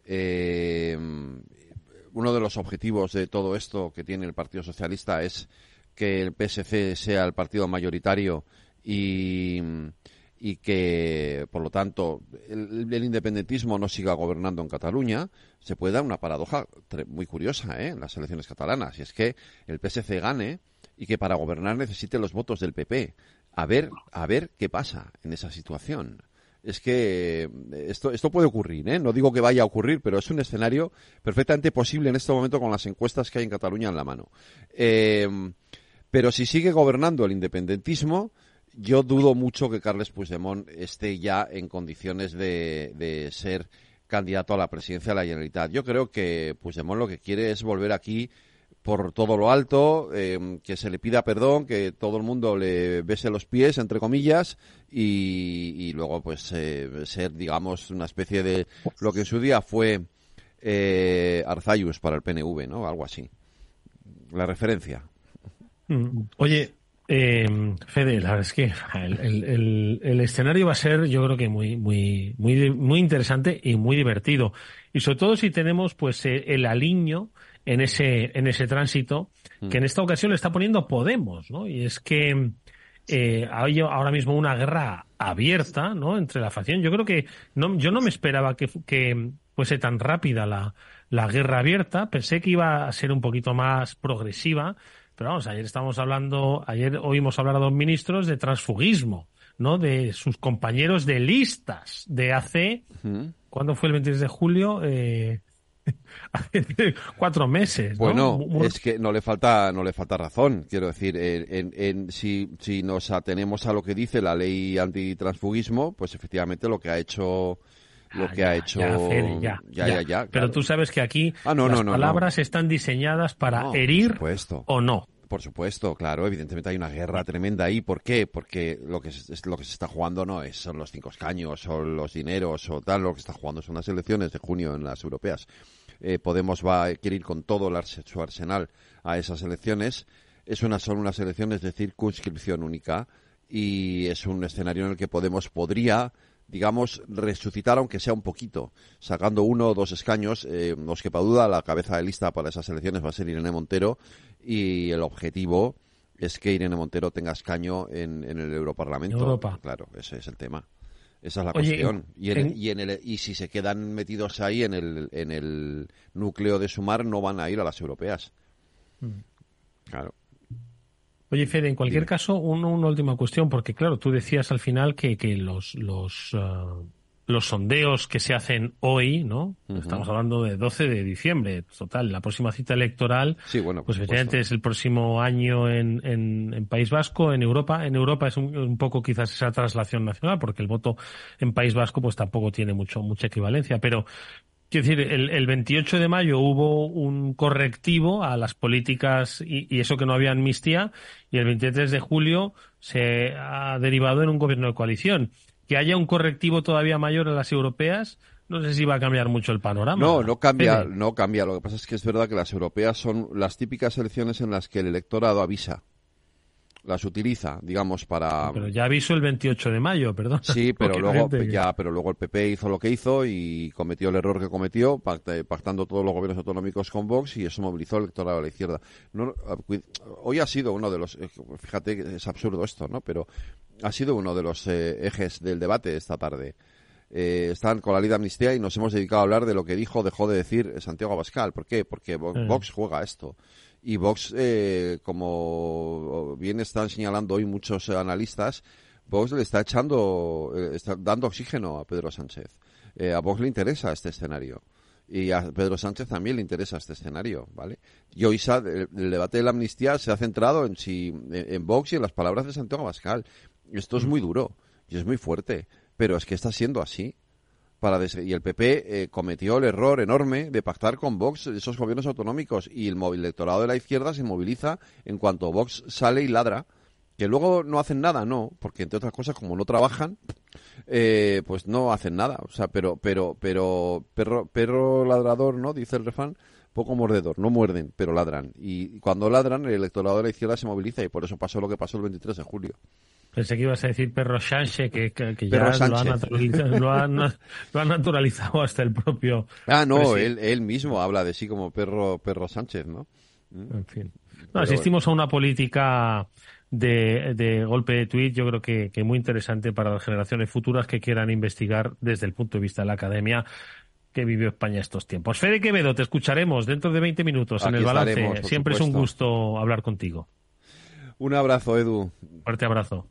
Speaker 7: Uno de los objetivos de todo esto que tiene el Partido Socialista es que el PSC sea el partido mayoritario y que, por lo tanto, el independentismo no siga gobernando en Cataluña. Se puede dar una paradoja muy curiosa en las elecciones catalanas, y es que el PSC gane y que para gobernar necesite los votos del PP. A ver qué pasa en esa situación. Es que esto puede ocurrir, no digo que vaya a ocurrir, pero es un escenario perfectamente posible en este momento con las encuestas que hay en Cataluña en la mano. Pero si sigue gobernando el independentismo, yo dudo mucho que Carles Puigdemont esté ya en condiciones de ser candidato a la presidencia de la Generalitat. Yo creo que Puigdemont lo que quiere es volver aquí por todo lo alto, que se le pida perdón, que todo el mundo le bese los pies, entre comillas, y luego pues ser, digamos, una especie de lo que en su día fue Arzayus para el PNV, ¿no? Algo así. La referencia.
Speaker 11: Oye, Fede, la verdad es que el escenario va a ser, yo creo que muy interesante y muy divertido. Y sobre todo si tenemos pues el aliño en ese tránsito que en esta ocasión le está poniendo Podemos, ¿no? Y es que hay ahora mismo una guerra abierta, ¿no? Entre la facción. Yo creo que yo no me esperaba que fuese tan rápida la guerra abierta. Pensé que iba a ser un poquito más progresiva, pero vamos, ayer oímos hablar a dos ministros de transfugismo, ¿no? De sus compañeros de listas de hace, ¿cuándo fue el 23 de julio? Hace 4 meses, ¿no?
Speaker 7: Bueno, es que no le falta razón. Quiero decir, si nos atenemos a lo que dice la ley antitransfugismo, pues efectivamente lo que ha hecho...
Speaker 11: Fede,
Speaker 7: ya.
Speaker 11: Pero tú sabes que aquí las palabras están diseñadas para herir o no.
Speaker 7: Por supuesto, claro, evidentemente hay una guerra tremenda ahí. ¿Por qué? Porque lo que se está jugando no son los 5 escaños o los dineros o tal, lo que está jugando son las elecciones de junio en las europeas. Podemos quiere ir con todo su arsenal a esas elecciones. Son unas elecciones de circunscripción única y es un escenario en el que podría, digamos, resucitar, aunque sea un poquito, sacando 1 o 2 escaños. No os quepa duda, la cabeza de lista para esas elecciones va a ser Irene Montero, y el objetivo es que Irene Montero tenga escaño en el Europarlamento.
Speaker 11: Europa.
Speaker 7: Claro, ese es el tema. Esa es la cuestión. Y si se quedan metidos ahí en el núcleo de Sumar, no van a ir a las europeas. Claro.
Speaker 11: Oye, Fede, en cualquier caso, una última cuestión, porque claro, tú decías al final que los sondeos que se hacen hoy, ¿no? Estamos hablando de 12 de diciembre, total, la próxima cita electoral, pues efectivamente es el próximo año en País Vasco, en Europa. En Europa es un poco quizás esa traslación nacional, porque el voto en País Vasco pues tampoco tiene mucha equivalencia, pero quiero decir, el 28 de mayo hubo un correctivo a las políticas y eso que no había amnistía, y el 23 de julio se ha derivado en un gobierno de coalición. Que haya un correctivo todavía mayor en las europeas, no sé si va a cambiar mucho el panorama.
Speaker 7: No cambia. Lo que pasa es que es verdad que las europeas son las típicas elecciones en las que el electorado avisa. Las utiliza, digamos, para...
Speaker 11: Pero ya avisó el 28 de mayo, perdón.
Speaker 7: Sí, pero luego el PP hizo lo que hizo y cometió el error que cometió, pactando todos los gobiernos autonómicos con Vox, y eso movilizó el electorado a la izquierda. Hoy ha sido uno de los... Fíjate, es absurdo esto, ¿no? Pero ha sido uno de los ejes del debate esta tarde. Están con la ley de amnistía y nos hemos dedicado a hablar de lo que dejó de decir Santiago Abascal. ¿Por qué? Porque Vox juega a esto. Y Vox, como bien están señalando hoy muchos analistas, Vox le está dando oxígeno a Pedro Sánchez. A Vox le interesa este escenario. Y a Pedro Sánchez también le interesa este escenario, ¿vale? Y hoy el debate de la amnistía se ha centrado en Vox y en las palabras de Santiago Abascal. Esto es muy duro y es muy fuerte, pero es que está siendo así. Y el PP cometió el error enorme de pactar con Vox esos gobiernos autonómicos, y el electorado de la izquierda se moviliza en cuanto Vox sale y ladra. Que luego no hacen nada, no, porque entre otras cosas, como no trabajan, pues no hacen nada. O sea, pero perro ladrador, ¿no? Dice el refrán, poco mordedor. No muerden, pero ladran. Y cuando ladran, el electorado de la izquierda se moviliza, y por eso pasó lo que pasó el 23 de julio.
Speaker 11: Pensé que ibas a decir perro Sánchez, que ya lo ha naturalizado hasta el propio...
Speaker 7: Ah, no, él mismo habla de sí como perro Sánchez, ¿no?
Speaker 11: En fin. No, asistimos a una política de golpe de tuit, yo creo que muy interesante para las generaciones futuras que quieran investigar desde el punto de vista de la academia que vivió España estos tiempos. Fede Quevedo, te escucharemos dentro de 20 minutos en el balance. Siempre es un gusto hablar contigo.
Speaker 7: Un abrazo, Edu.
Speaker 11: Fuerte abrazo.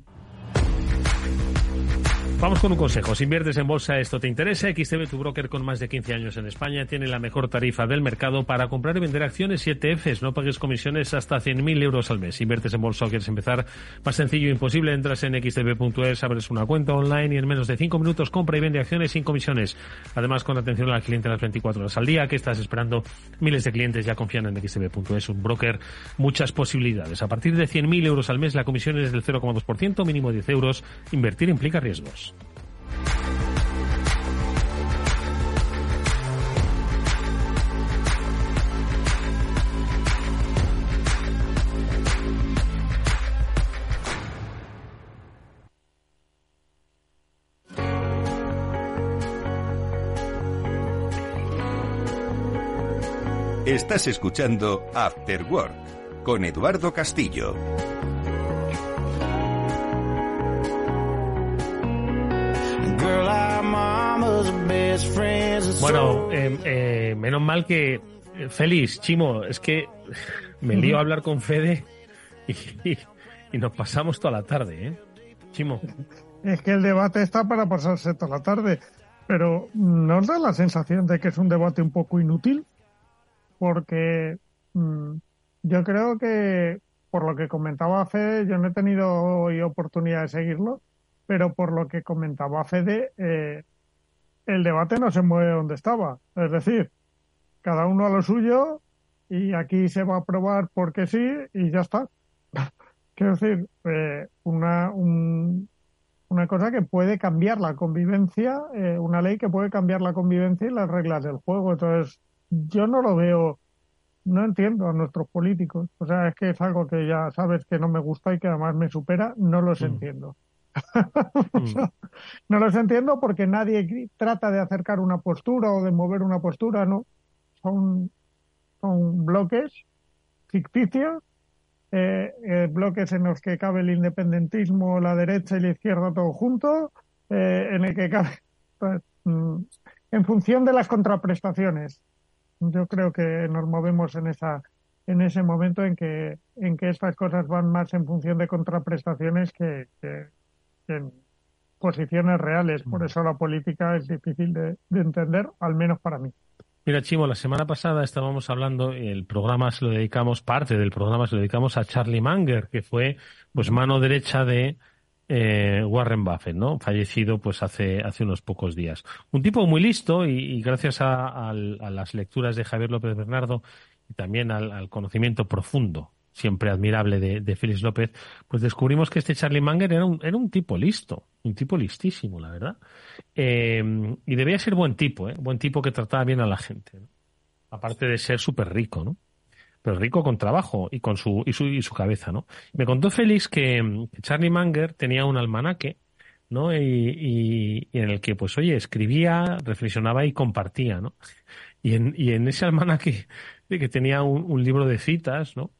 Speaker 11: Vamos con un consejo. Si inviertes en bolsa, esto te interesa. XTB, tu broker con más de 15 años en España, tiene la mejor tarifa del mercado para comprar y vender acciones y ETFs. No pagues comisiones hasta 100.000 euros al mes. Si inviertes en bolsa o quieres empezar, más sencillo e imposible. Entras en xtb.es, abres una cuenta online y en menos de 5 minutos compra y vende acciones sin comisiones. Además, con atención al cliente las 24 horas al día. ¿Qué estás esperando? Miles de clientes ya confían en xtb.es. Un broker, muchas posibilidades. A partir de 100.000 euros al mes, la comisión es del 0,2%, mínimo 10 euros. Invertir implica riesgos.
Speaker 2: Estás escuchando After Work con Eduardo Castillo.
Speaker 11: Bueno, menos mal que... Félix, Chimo, es que me lío a hablar con Fede y nos pasamos toda la tarde, ¿eh? Chimo.
Speaker 13: Es que el debate está para pasarse toda la tarde, pero ¿no os da la sensación de que es un debate un poco inútil? Porque yo creo que, por lo que comentaba Fede, yo no he tenido hoy oportunidad de seguirlo, pero por lo que comentaba Fede, el debate no se mueve donde estaba. Es decir, cada uno a lo suyo y aquí se va a aprobar porque sí y ya está. Quiero decir, una cosa que puede cambiar la convivencia, una ley que puede cambiar la convivencia y las reglas del juego. Entonces, yo no lo veo, no entiendo a nuestros políticos. O sea, es que es algo que ya sabes que no me gusta y que además me supera, no los entiendo. O sea, no los entiendo porque nadie trata de acercar una postura o de mover una postura, ¿no? Son bloques ficticios, bloques en los que cabe el independentismo, la derecha y la izquierda todo junto, en el que cabe, pues, en función de las contraprestaciones. Yo creo que nos movemos en ese momento en que estas cosas van más en función de contraprestaciones que en posiciones reales. Por eso la política es difícil de entender, al menos para mí.
Speaker 11: Mira, Chimo, la semana pasada estábamos hablando, parte del programa se lo dedicamos a Charlie Munger, que fue pues mano derecha de Warren Buffett, ¿no? Fallecido pues hace unos pocos días. Un tipo muy listo y gracias a las lecturas de Javier López Bernardo y también al conocimiento profundo, siempre admirable de Félix López, pues descubrimos que este Charlie Munger era un tipo listo, un tipo listísimo, la verdad. Y debía ser buen tipo que trataba bien a la gente, ¿no? Aparte de ser súper rico, ¿no? Pero rico con trabajo y con su cabeza, ¿no? Me contó Félix que Charlie Munger tenía un almanaque, ¿no? Y en el que, pues oye, escribía, reflexionaba y compartía, ¿no? Y en ese almanaque que tenía un libro de citas, ¿no?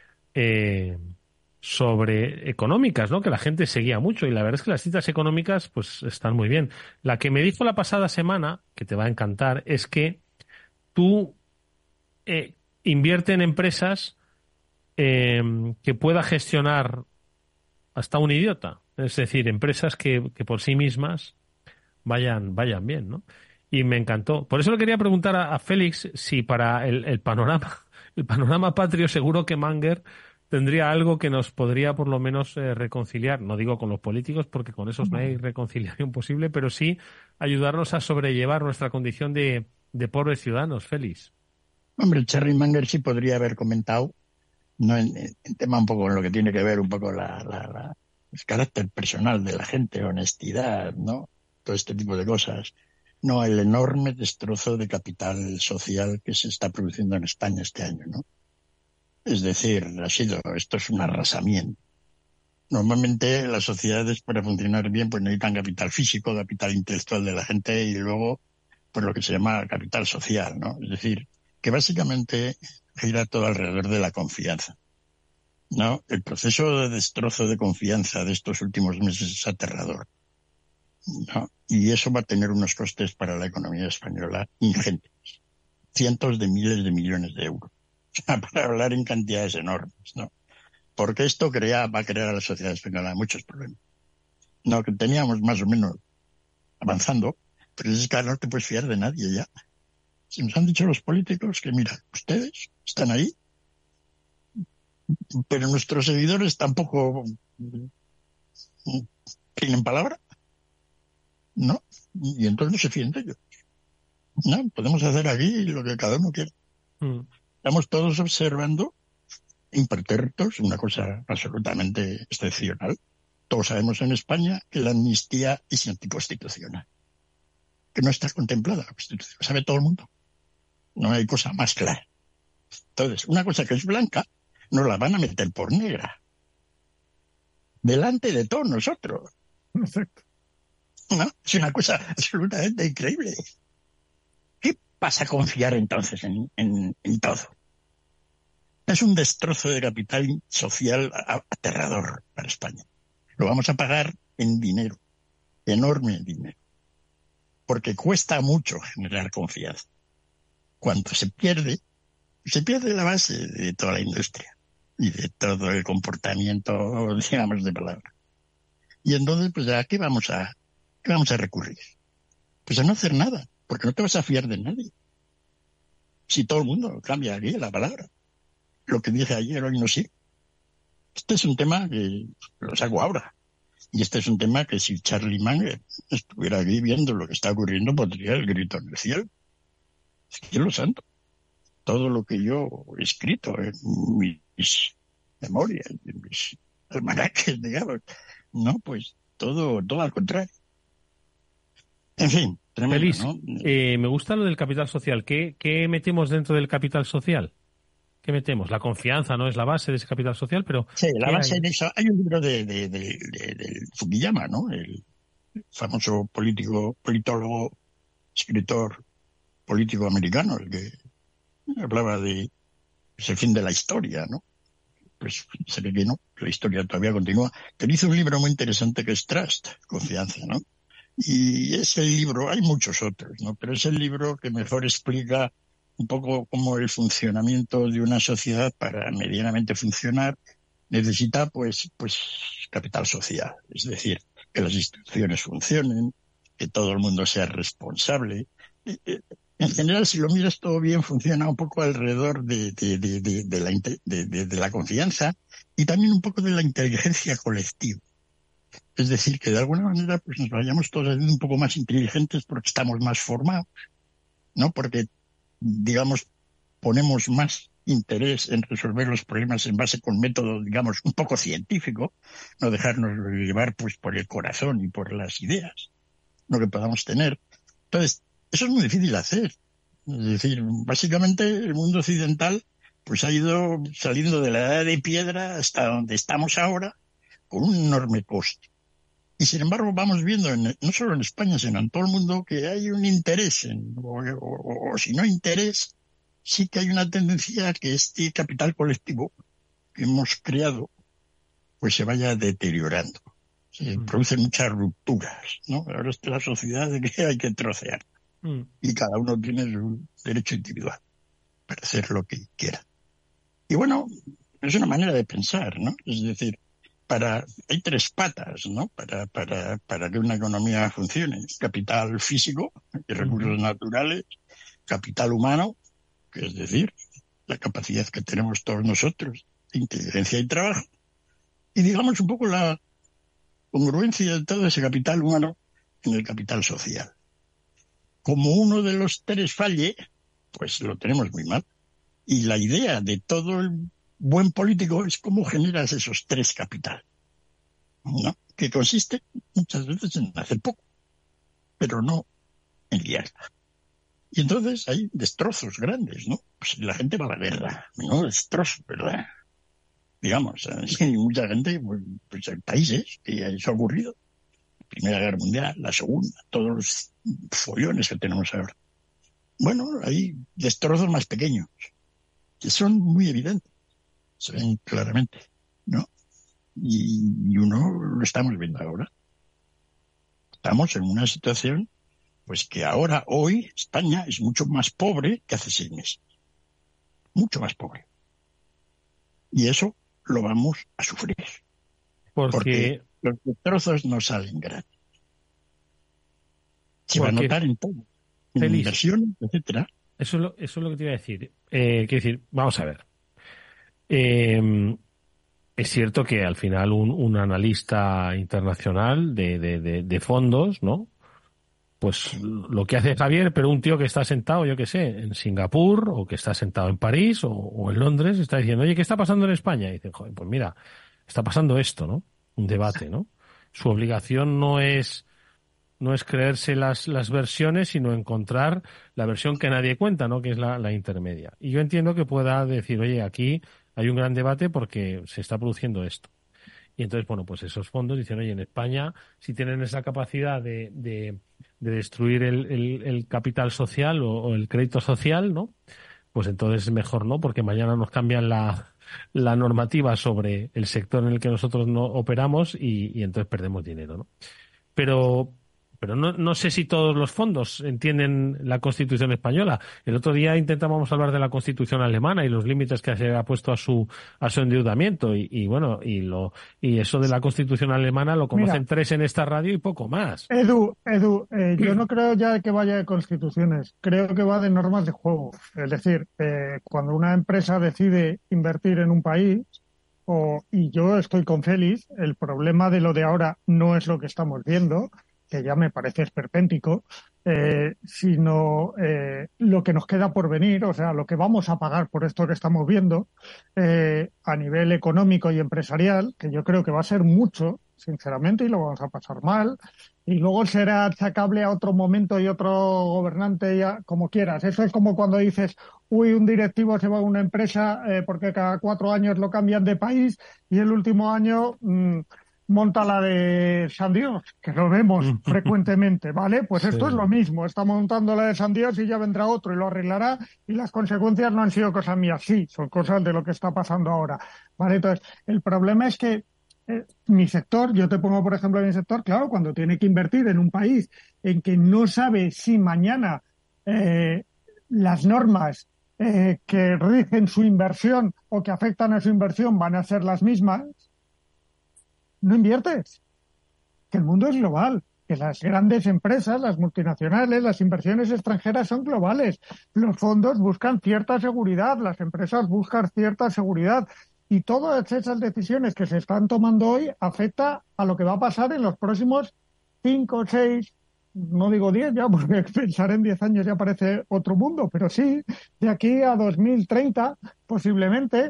Speaker 11: Sobre económicas, ¿no? Que la gente seguía mucho y la verdad es que las citas económicas pues están muy bien. La que me dijo la pasada semana, que te va a encantar, es que tú invierte en empresas que pueda gestionar hasta un idiota, es decir, empresas que por sí mismas vayan bien, ¿no? y me encantó. Por eso le quería preguntar a Félix si para el panorama patrio seguro que Manger tendría algo que nos podría por lo menos reconciliar, no digo con los políticos porque con esos no hay reconciliación posible, pero sí ayudarnos a sobrellevar nuestra condición de pobres ciudadanos. Félix.
Speaker 12: Hombre, Charlie Manger sí podría haber comentado, no en tema un poco en lo que tiene que ver un poco el carácter personal de la gente, honestidad, ¿no? Todo este tipo de cosas. No, el enorme destrozo de capital social que se está produciendo en España este año, ¿no? Es decir, esto es un arrasamiento. Normalmente las sociedades para funcionar bien pues necesitan capital físico, capital intelectual de la gente y luego pues lo que se llama capital social, ¿no? Es decir, que básicamente gira todo alrededor de la confianza, ¿no? El proceso de destrozo de confianza de estos últimos meses es aterrador, ¿no? Y eso va a tener unos costes para la economía española ingentes. Cientos de miles de millones de euros. Para hablar en cantidades enormes, ¿no? Porque esto va a crear a la sociedad española muchos problemas. No, que teníamos más o menos avanzando, pero es que no te puedes fiar de nadie ya. Si nos han dicho los políticos que, mira, ustedes están ahí, pero nuestros seguidores tampoco tienen palabra, ¿no? Y entonces no se fíen de ellos. No, podemos hacer aquí lo que cada uno quiera. Estamos todos observando impertérritos, una cosa absolutamente excepcional. Todos sabemos en España que la amnistía es anticonstitucional, que no está contemplada la Constitución. Lo sabe todo el mundo. No hay cosa más clara. Entonces, una cosa que es blanca, nos la van a meter por negra. Delante de todos nosotros.
Speaker 13: Exacto.
Speaker 12: ¿No? Es una cosa absolutamente increíble. ¿Qué pasa a confiar entonces en todo? Es un destrozo de capital social aterrador para España. Lo vamos a pagar en dinero, enorme dinero, porque cuesta mucho generar confianza. Cuando se pierde la base de toda la industria y de todo el comportamiento, digamos, de palabra. Y entonces, pues, ¿a qué vamos a recurrir? Pues a no hacer nada, porque no te vas a fiar de nadie. Si todo el mundo cambia aquí la palabra. Lo que dije ayer hoy no sirve. Este es un tema que lo saco ahora. Y este es un tema que si Charlie Manger estuviera aquí viendo lo que está ocurriendo, pondría el grito en el cielo. Cielo santo. Todo lo que yo he escrito en mis memorias, en mis almanaques, digamos, no, pues todo al contrario. En fin, tremendo,
Speaker 11: Félix,
Speaker 12: ¿no?
Speaker 11: Me gusta lo del capital social. ¿Qué metemos dentro del capital social? ¿Qué metemos? La confianza no es la base de ese capital social, pero...
Speaker 12: Sí, la base de eso... Hay un libro de Fukuyama, ¿no? El famoso politólogo, escritor político americano, el que hablaba de el fin de la historia, ¿no? Pues se ve que no, la historia todavía continúa. Pero hizo un libro muy interesante que es Trust, confianza, ¿no? Y es el libro, hay muchos otros, ¿no? Pero es el libro que mejor explica un poco cómo el funcionamiento de una sociedad, para medianamente funcionar, necesita pues capital social. Es decir, que las instituciones funcionen, que todo el mundo sea responsable. En general, si lo miras todo bien, funciona un poco alrededor de la confianza y también un poco de la inteligencia colectiva. Es decir, que de alguna manera pues nos vayamos todos haciendo un poco más inteligentes porque estamos más formados, ¿no? Porque, digamos, ponemos más interés en resolver los problemas en base con método, digamos, un poco científico, no dejarnos llevar pues por el corazón y por las ideas, lo que podamos tener. Entonces, eso es muy difícil de hacer. Es decir, básicamente el mundo occidental pues ha ido saliendo de la edad de piedra hasta donde estamos ahora con un enorme coste. Y sin embargo vamos viendo, no solo en España, sino en todo el mundo, que hay un interés, o si no interés, sí que hay una tendencia a que este capital colectivo que hemos creado pues se vaya deteriorando. Se producen muchas rupturas, ¿no? Ahora es la sociedad de que hay que trocear. Y cada uno tiene su derecho individual para hacer lo que quiera. Y bueno, es una manera de pensar, ¿no? Es decir, hay tres patas, ¿no? Para que una economía funcione. Capital físico y recursos naturales, capital humano, que es decir, la capacidad que tenemos todos nosotros, inteligencia y trabajo, y digamos un poco la congruencia de todo ese capital humano en el capital social. Como uno de los tres falle, pues lo tenemos muy mal. Y la idea de todo el buen político es cómo generas esos tres capital, ¿no? Que consiste muchas veces en hacer poco, pero no en liarla. Y entonces hay destrozos grandes, ¿no? Pues la gente va a la guerra, ¿no? Destrozos, ¿verdad? Digamos, hay mucha gente, pues hay países que eso ha ocurrido. Primera Guerra Mundial, la Segunda, todos los follones que tenemos ahora. Bueno, hay destrozos más pequeños, que son muy evidentes, se ven claramente, ¿no? Y uno lo estamos viendo ahora. Estamos en una situación, pues que ahora, hoy, España es mucho más pobre que hace 6 meses. Mucho más pobre. Y eso lo vamos a sufrir. Porque los destrozos no salen gratis. Se va a notar en todo. En inversiones, etcétera.
Speaker 11: Eso es lo que te iba a decir. Quiero decir, vamos a ver. Es cierto que al final un analista internacional de fondos, ¿no? Pues lo que hace Javier, pero un tío que está sentado, yo qué sé, en Singapur, o que está sentado en París, o en Londres, está diciendo, oye, ¿qué está pasando en España? Y dicen, joder, pues mira, está pasando esto, ¿no? Un debate, ¿no? Su obligación no es creerse las versiones, sino encontrar la versión que nadie cuenta, ¿no? Que es la intermedia. Y yo entiendo que pueda decir, oye, aquí hay un gran debate porque se está produciendo esto. Y entonces, bueno, pues esos fondos dicen, oye, en España, si tienen esa capacidad de destruir el capital social o el crédito social, ¿no? Pues entonces es mejor, ¿no? Porque mañana nos cambian la normativa sobre el sector en el que nosotros no operamos y entonces perdemos dinero, ¿no? Pero no sé si todos los fondos entienden la Constitución española. El otro día intentábamos hablar de la Constitución alemana y los límites que se ha puesto a su endeudamiento y eso de la Constitución alemana lo conocen 3 en esta radio y poco más.
Speaker 13: Edu, yo no creo ya que vaya de constituciones, creo que va de normas de juego. Es decir, cuando una empresa decide invertir en un país, y yo estoy con Félix, el problema de lo de ahora no es lo que estamos viendo, que ya me parece esperpéntico, sino lo que nos queda por venir, o sea, lo que vamos a pagar por esto que estamos viendo a nivel económico y empresarial, que yo creo que va a ser mucho, sinceramente, y lo vamos a pasar mal, y luego será achacable a otro momento y otro gobernante, ya, como quieras. Eso es como cuando dices, un directivo se va a una empresa porque cada 4 años lo cambian de país y el último año monta la de San Dios, que lo vemos frecuentemente, ¿vale? Pues esto es lo mismo, está montando la de San Dios y ya vendrá otro y lo arreglará y las consecuencias no han sido cosas mías, sí, son cosas de lo que está pasando ahora, ¿vale? Entonces, el problema es que mi sector, yo te pongo por ejemplo en mi sector, claro, cuando tiene que invertir en un país en que no sabe si mañana las normas que rigen su inversión o que afectan a su inversión van a ser las mismas, no inviertes. Que el mundo es global, que las grandes empresas, las multinacionales, las inversiones extranjeras son globales. Los fondos buscan cierta seguridad, las empresas buscan cierta seguridad y todas esas decisiones que se están tomando hoy afecta a lo que va a pasar en los próximos 5, 6, no digo 10 ya, porque pensar en 10 años ya parece otro mundo, pero sí, de aquí a 2030 posiblemente.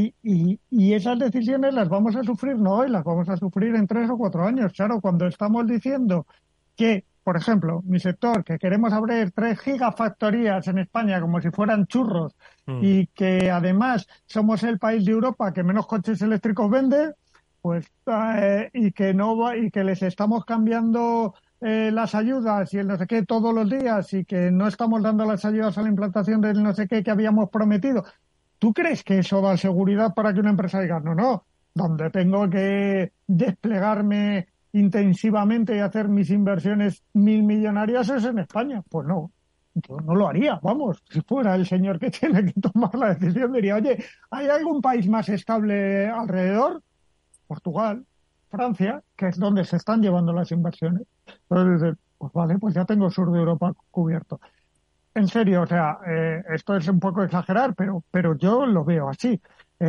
Speaker 13: Y esas decisiones las vamos a sufrir no hoy, las vamos a sufrir en 3 o 4 años. Claro, cuando estamos diciendo que, por ejemplo, mi sector, que queremos abrir 3 gigafactorías en España como si fueran churros y que además somos el país de Europa que menos coches eléctricos vende, pues y que les estamos cambiando las ayudas y el no sé qué todos los días y que no estamos dando las ayudas a la implantación del no sé qué que habíamos prometido. ¿Tú crees que eso da seguridad para que una empresa diga, no, donde tengo que desplegarme intensivamente y hacer mis inversiones 1.000 millonarias es en España? Pues no, yo no lo haría, vamos. Si fuera el señor que tiene que tomar la decisión, diría, oye, ¿hay algún país más estable alrededor? Portugal, Francia, que es donde se están llevando las inversiones. Entonces dices, pues vale, pues ya tengo el sur de Europa cubierto. En serio, o sea, esto es un poco exagerar, pero yo lo veo así.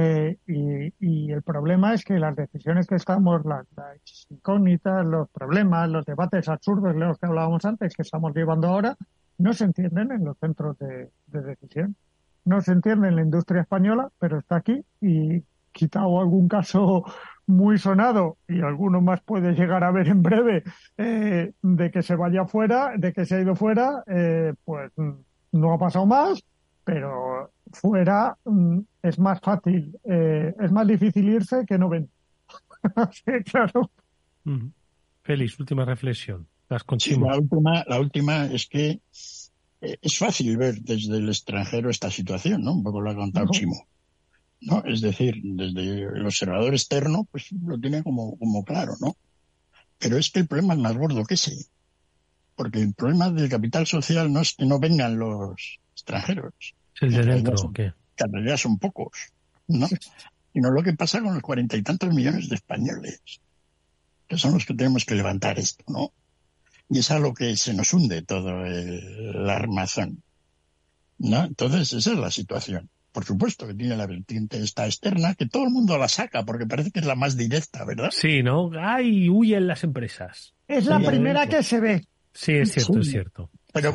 Speaker 13: Y el problema es que las decisiones que estamos, las incógnitas, los problemas, los debates absurdos de los que hablábamos antes, que estamos llevando ahora, no se entienden en los centros de decisión. No se entiende en la industria española, pero está aquí, y quitado algún caso muy sonado, y alguno más puede llegar a ver en breve, de que se vaya fuera, de que se ha ido fuera, pues no ha pasado más, pero fuera es más fácil, es más difícil irse que no venir. Sí, claro.
Speaker 11: Félix, última reflexión.
Speaker 12: Sí, la última es que es fácil ver desde el extranjero esta situación, ¿no? Un poco lo ha contado Chimo, ¿no? Es decir, desde el observador externo, pues lo tiene como claro, ¿no? Pero es que el problema es más gordo que ese. Porque el problema del capital social no es que no vengan los extranjeros.
Speaker 11: ¿Es el de dentro o qué?
Speaker 12: Que en realidad son pocos, ¿no? Sino lo que pasa con los 40 y tantos millones de españoles, que son los que tenemos que levantar esto, ¿no? Y es a lo que se nos hunde todo el armazón, ¿no? Entonces, esa es la situación. Por supuesto que tiene la vertiente esta externa, que todo el mundo la saca, porque parece que es la más directa, ¿verdad?
Speaker 11: Sí, ¿no? ¡Ay, huyen las empresas!
Speaker 13: Es la primera que se ve.
Speaker 11: Sí, es cierto, sí. Es cierto.
Speaker 12: Pero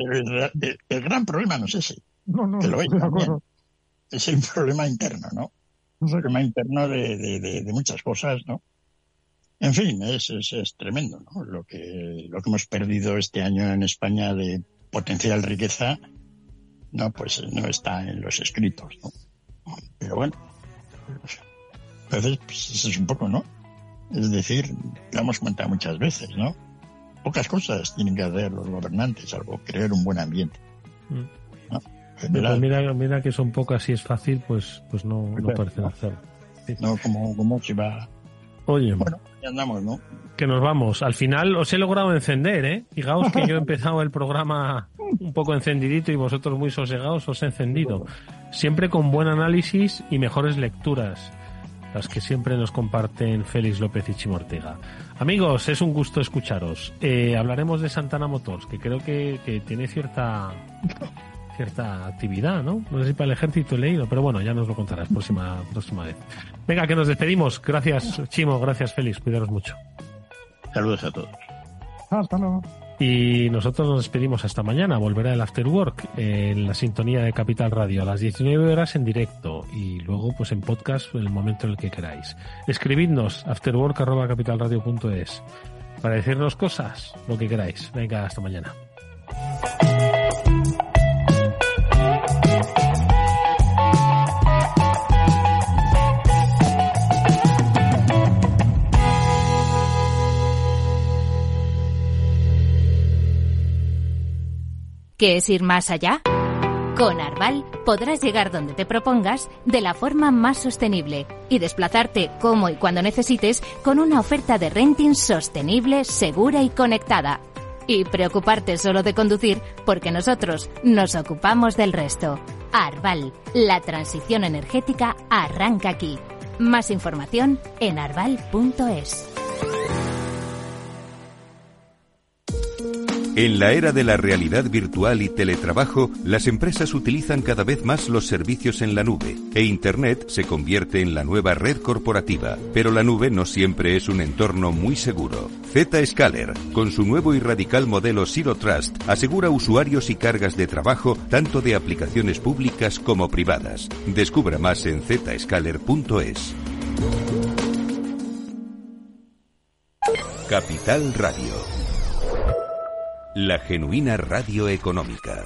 Speaker 12: el gran problema no es ese.
Speaker 13: No,
Speaker 12: que lo es también. Es el problema interno, ¿no? El problema interno de muchas cosas, ¿no? En fin, es tremendo, ¿no? Lo que hemos perdido este año en España de potencial riqueza, no, pues no está en los escritos, ¿no? Pero bueno, entonces, pues eso es un poco, ¿no? Es decir, damos cuenta muchas veces, ¿no? Pocas cosas tienen que hacer los gobernantes, salvo crear un buen ambiente, ¿no?
Speaker 11: Pues mira que son pocas y es fácil, pues no parecen hacerlo.
Speaker 12: Sí. No, como se va.
Speaker 11: Oye,
Speaker 12: bueno, ya andamos, ¿no?
Speaker 11: Que nos vamos. Al final os he logrado encender, ¿eh? Fijaos que yo he empezado el programa un poco encendidito y vosotros muy sosegados os he encendido. Siempre con buen análisis y mejores lecturas, las que siempre nos comparten Félix López y Chimo Ortega. Amigos, es un gusto escucharos. Hablaremos de Santana Motors, que creo que tiene cierta actividad, ¿no? No sé si para el ejército he leído, pero bueno, ya nos lo contarás próxima vez. Venga, que nos despedimos. Gracias, Chimo, gracias, Félix, cuidaros mucho.
Speaker 12: Saludos a todos.
Speaker 13: Hasta luego.
Speaker 11: Y nosotros nos despedimos hasta mañana. Volverá el After Work en la sintonía de Capital Radio a las 19 horas en directo y luego pues en podcast en el momento en el que queráis. Escribidnos afterwork@capitalradio.es para decirnos cosas, lo que queráis. Venga, hasta mañana.
Speaker 14: ¿Qué es ir más allá? Con Arval podrás llegar donde te propongas de la forma más sostenible y desplazarte como y cuando necesites con una oferta de renting sostenible, segura y conectada. Y preocuparte solo de conducir porque nosotros nos ocupamos del resto. Arval, la transición energética arranca aquí. Más información en arval.es.
Speaker 2: En la era de la realidad virtual y teletrabajo, las empresas utilizan cada vez más los servicios en la nube, e Internet se convierte en la nueva red corporativa. Pero la nube no siempre es un entorno muy seguro. Zscaler, con su nuevo y radical modelo Zero Trust, asegura usuarios y cargas de trabajo tanto de aplicaciones públicas como privadas. Descubra más en zscaler.es. Capital Radio. La genuina radio económica.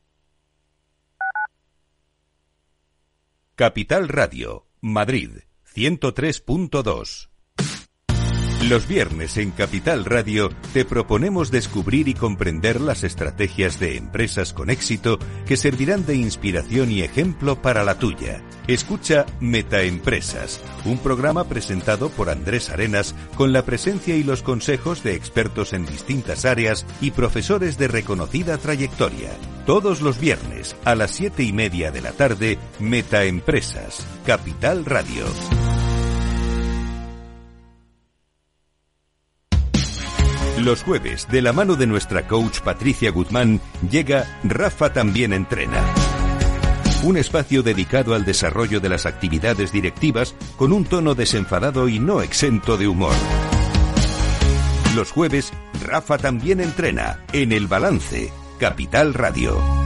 Speaker 2: Capital Radio, Madrid, 103.2. Los viernes en Capital Radio te proponemos descubrir y comprender las estrategias de empresas con éxito que servirán de inspiración y ejemplo para la tuya. Escucha Metaempresas, un programa presentado por Andrés Arenas con la presencia y los consejos de expertos en distintas áreas y profesores de reconocida trayectoria. Todos los viernes a las 7:30 de la tarde, Metaempresas, Capital Radio. Los jueves, de la mano de nuestra coach Patricia Guzmán, llega Rafa también entrena. Un espacio dedicado al desarrollo de las actividades directivas con un tono desenfadado y no exento de humor. Los jueves, Rafa también entrena en El Balance, Capital Radio.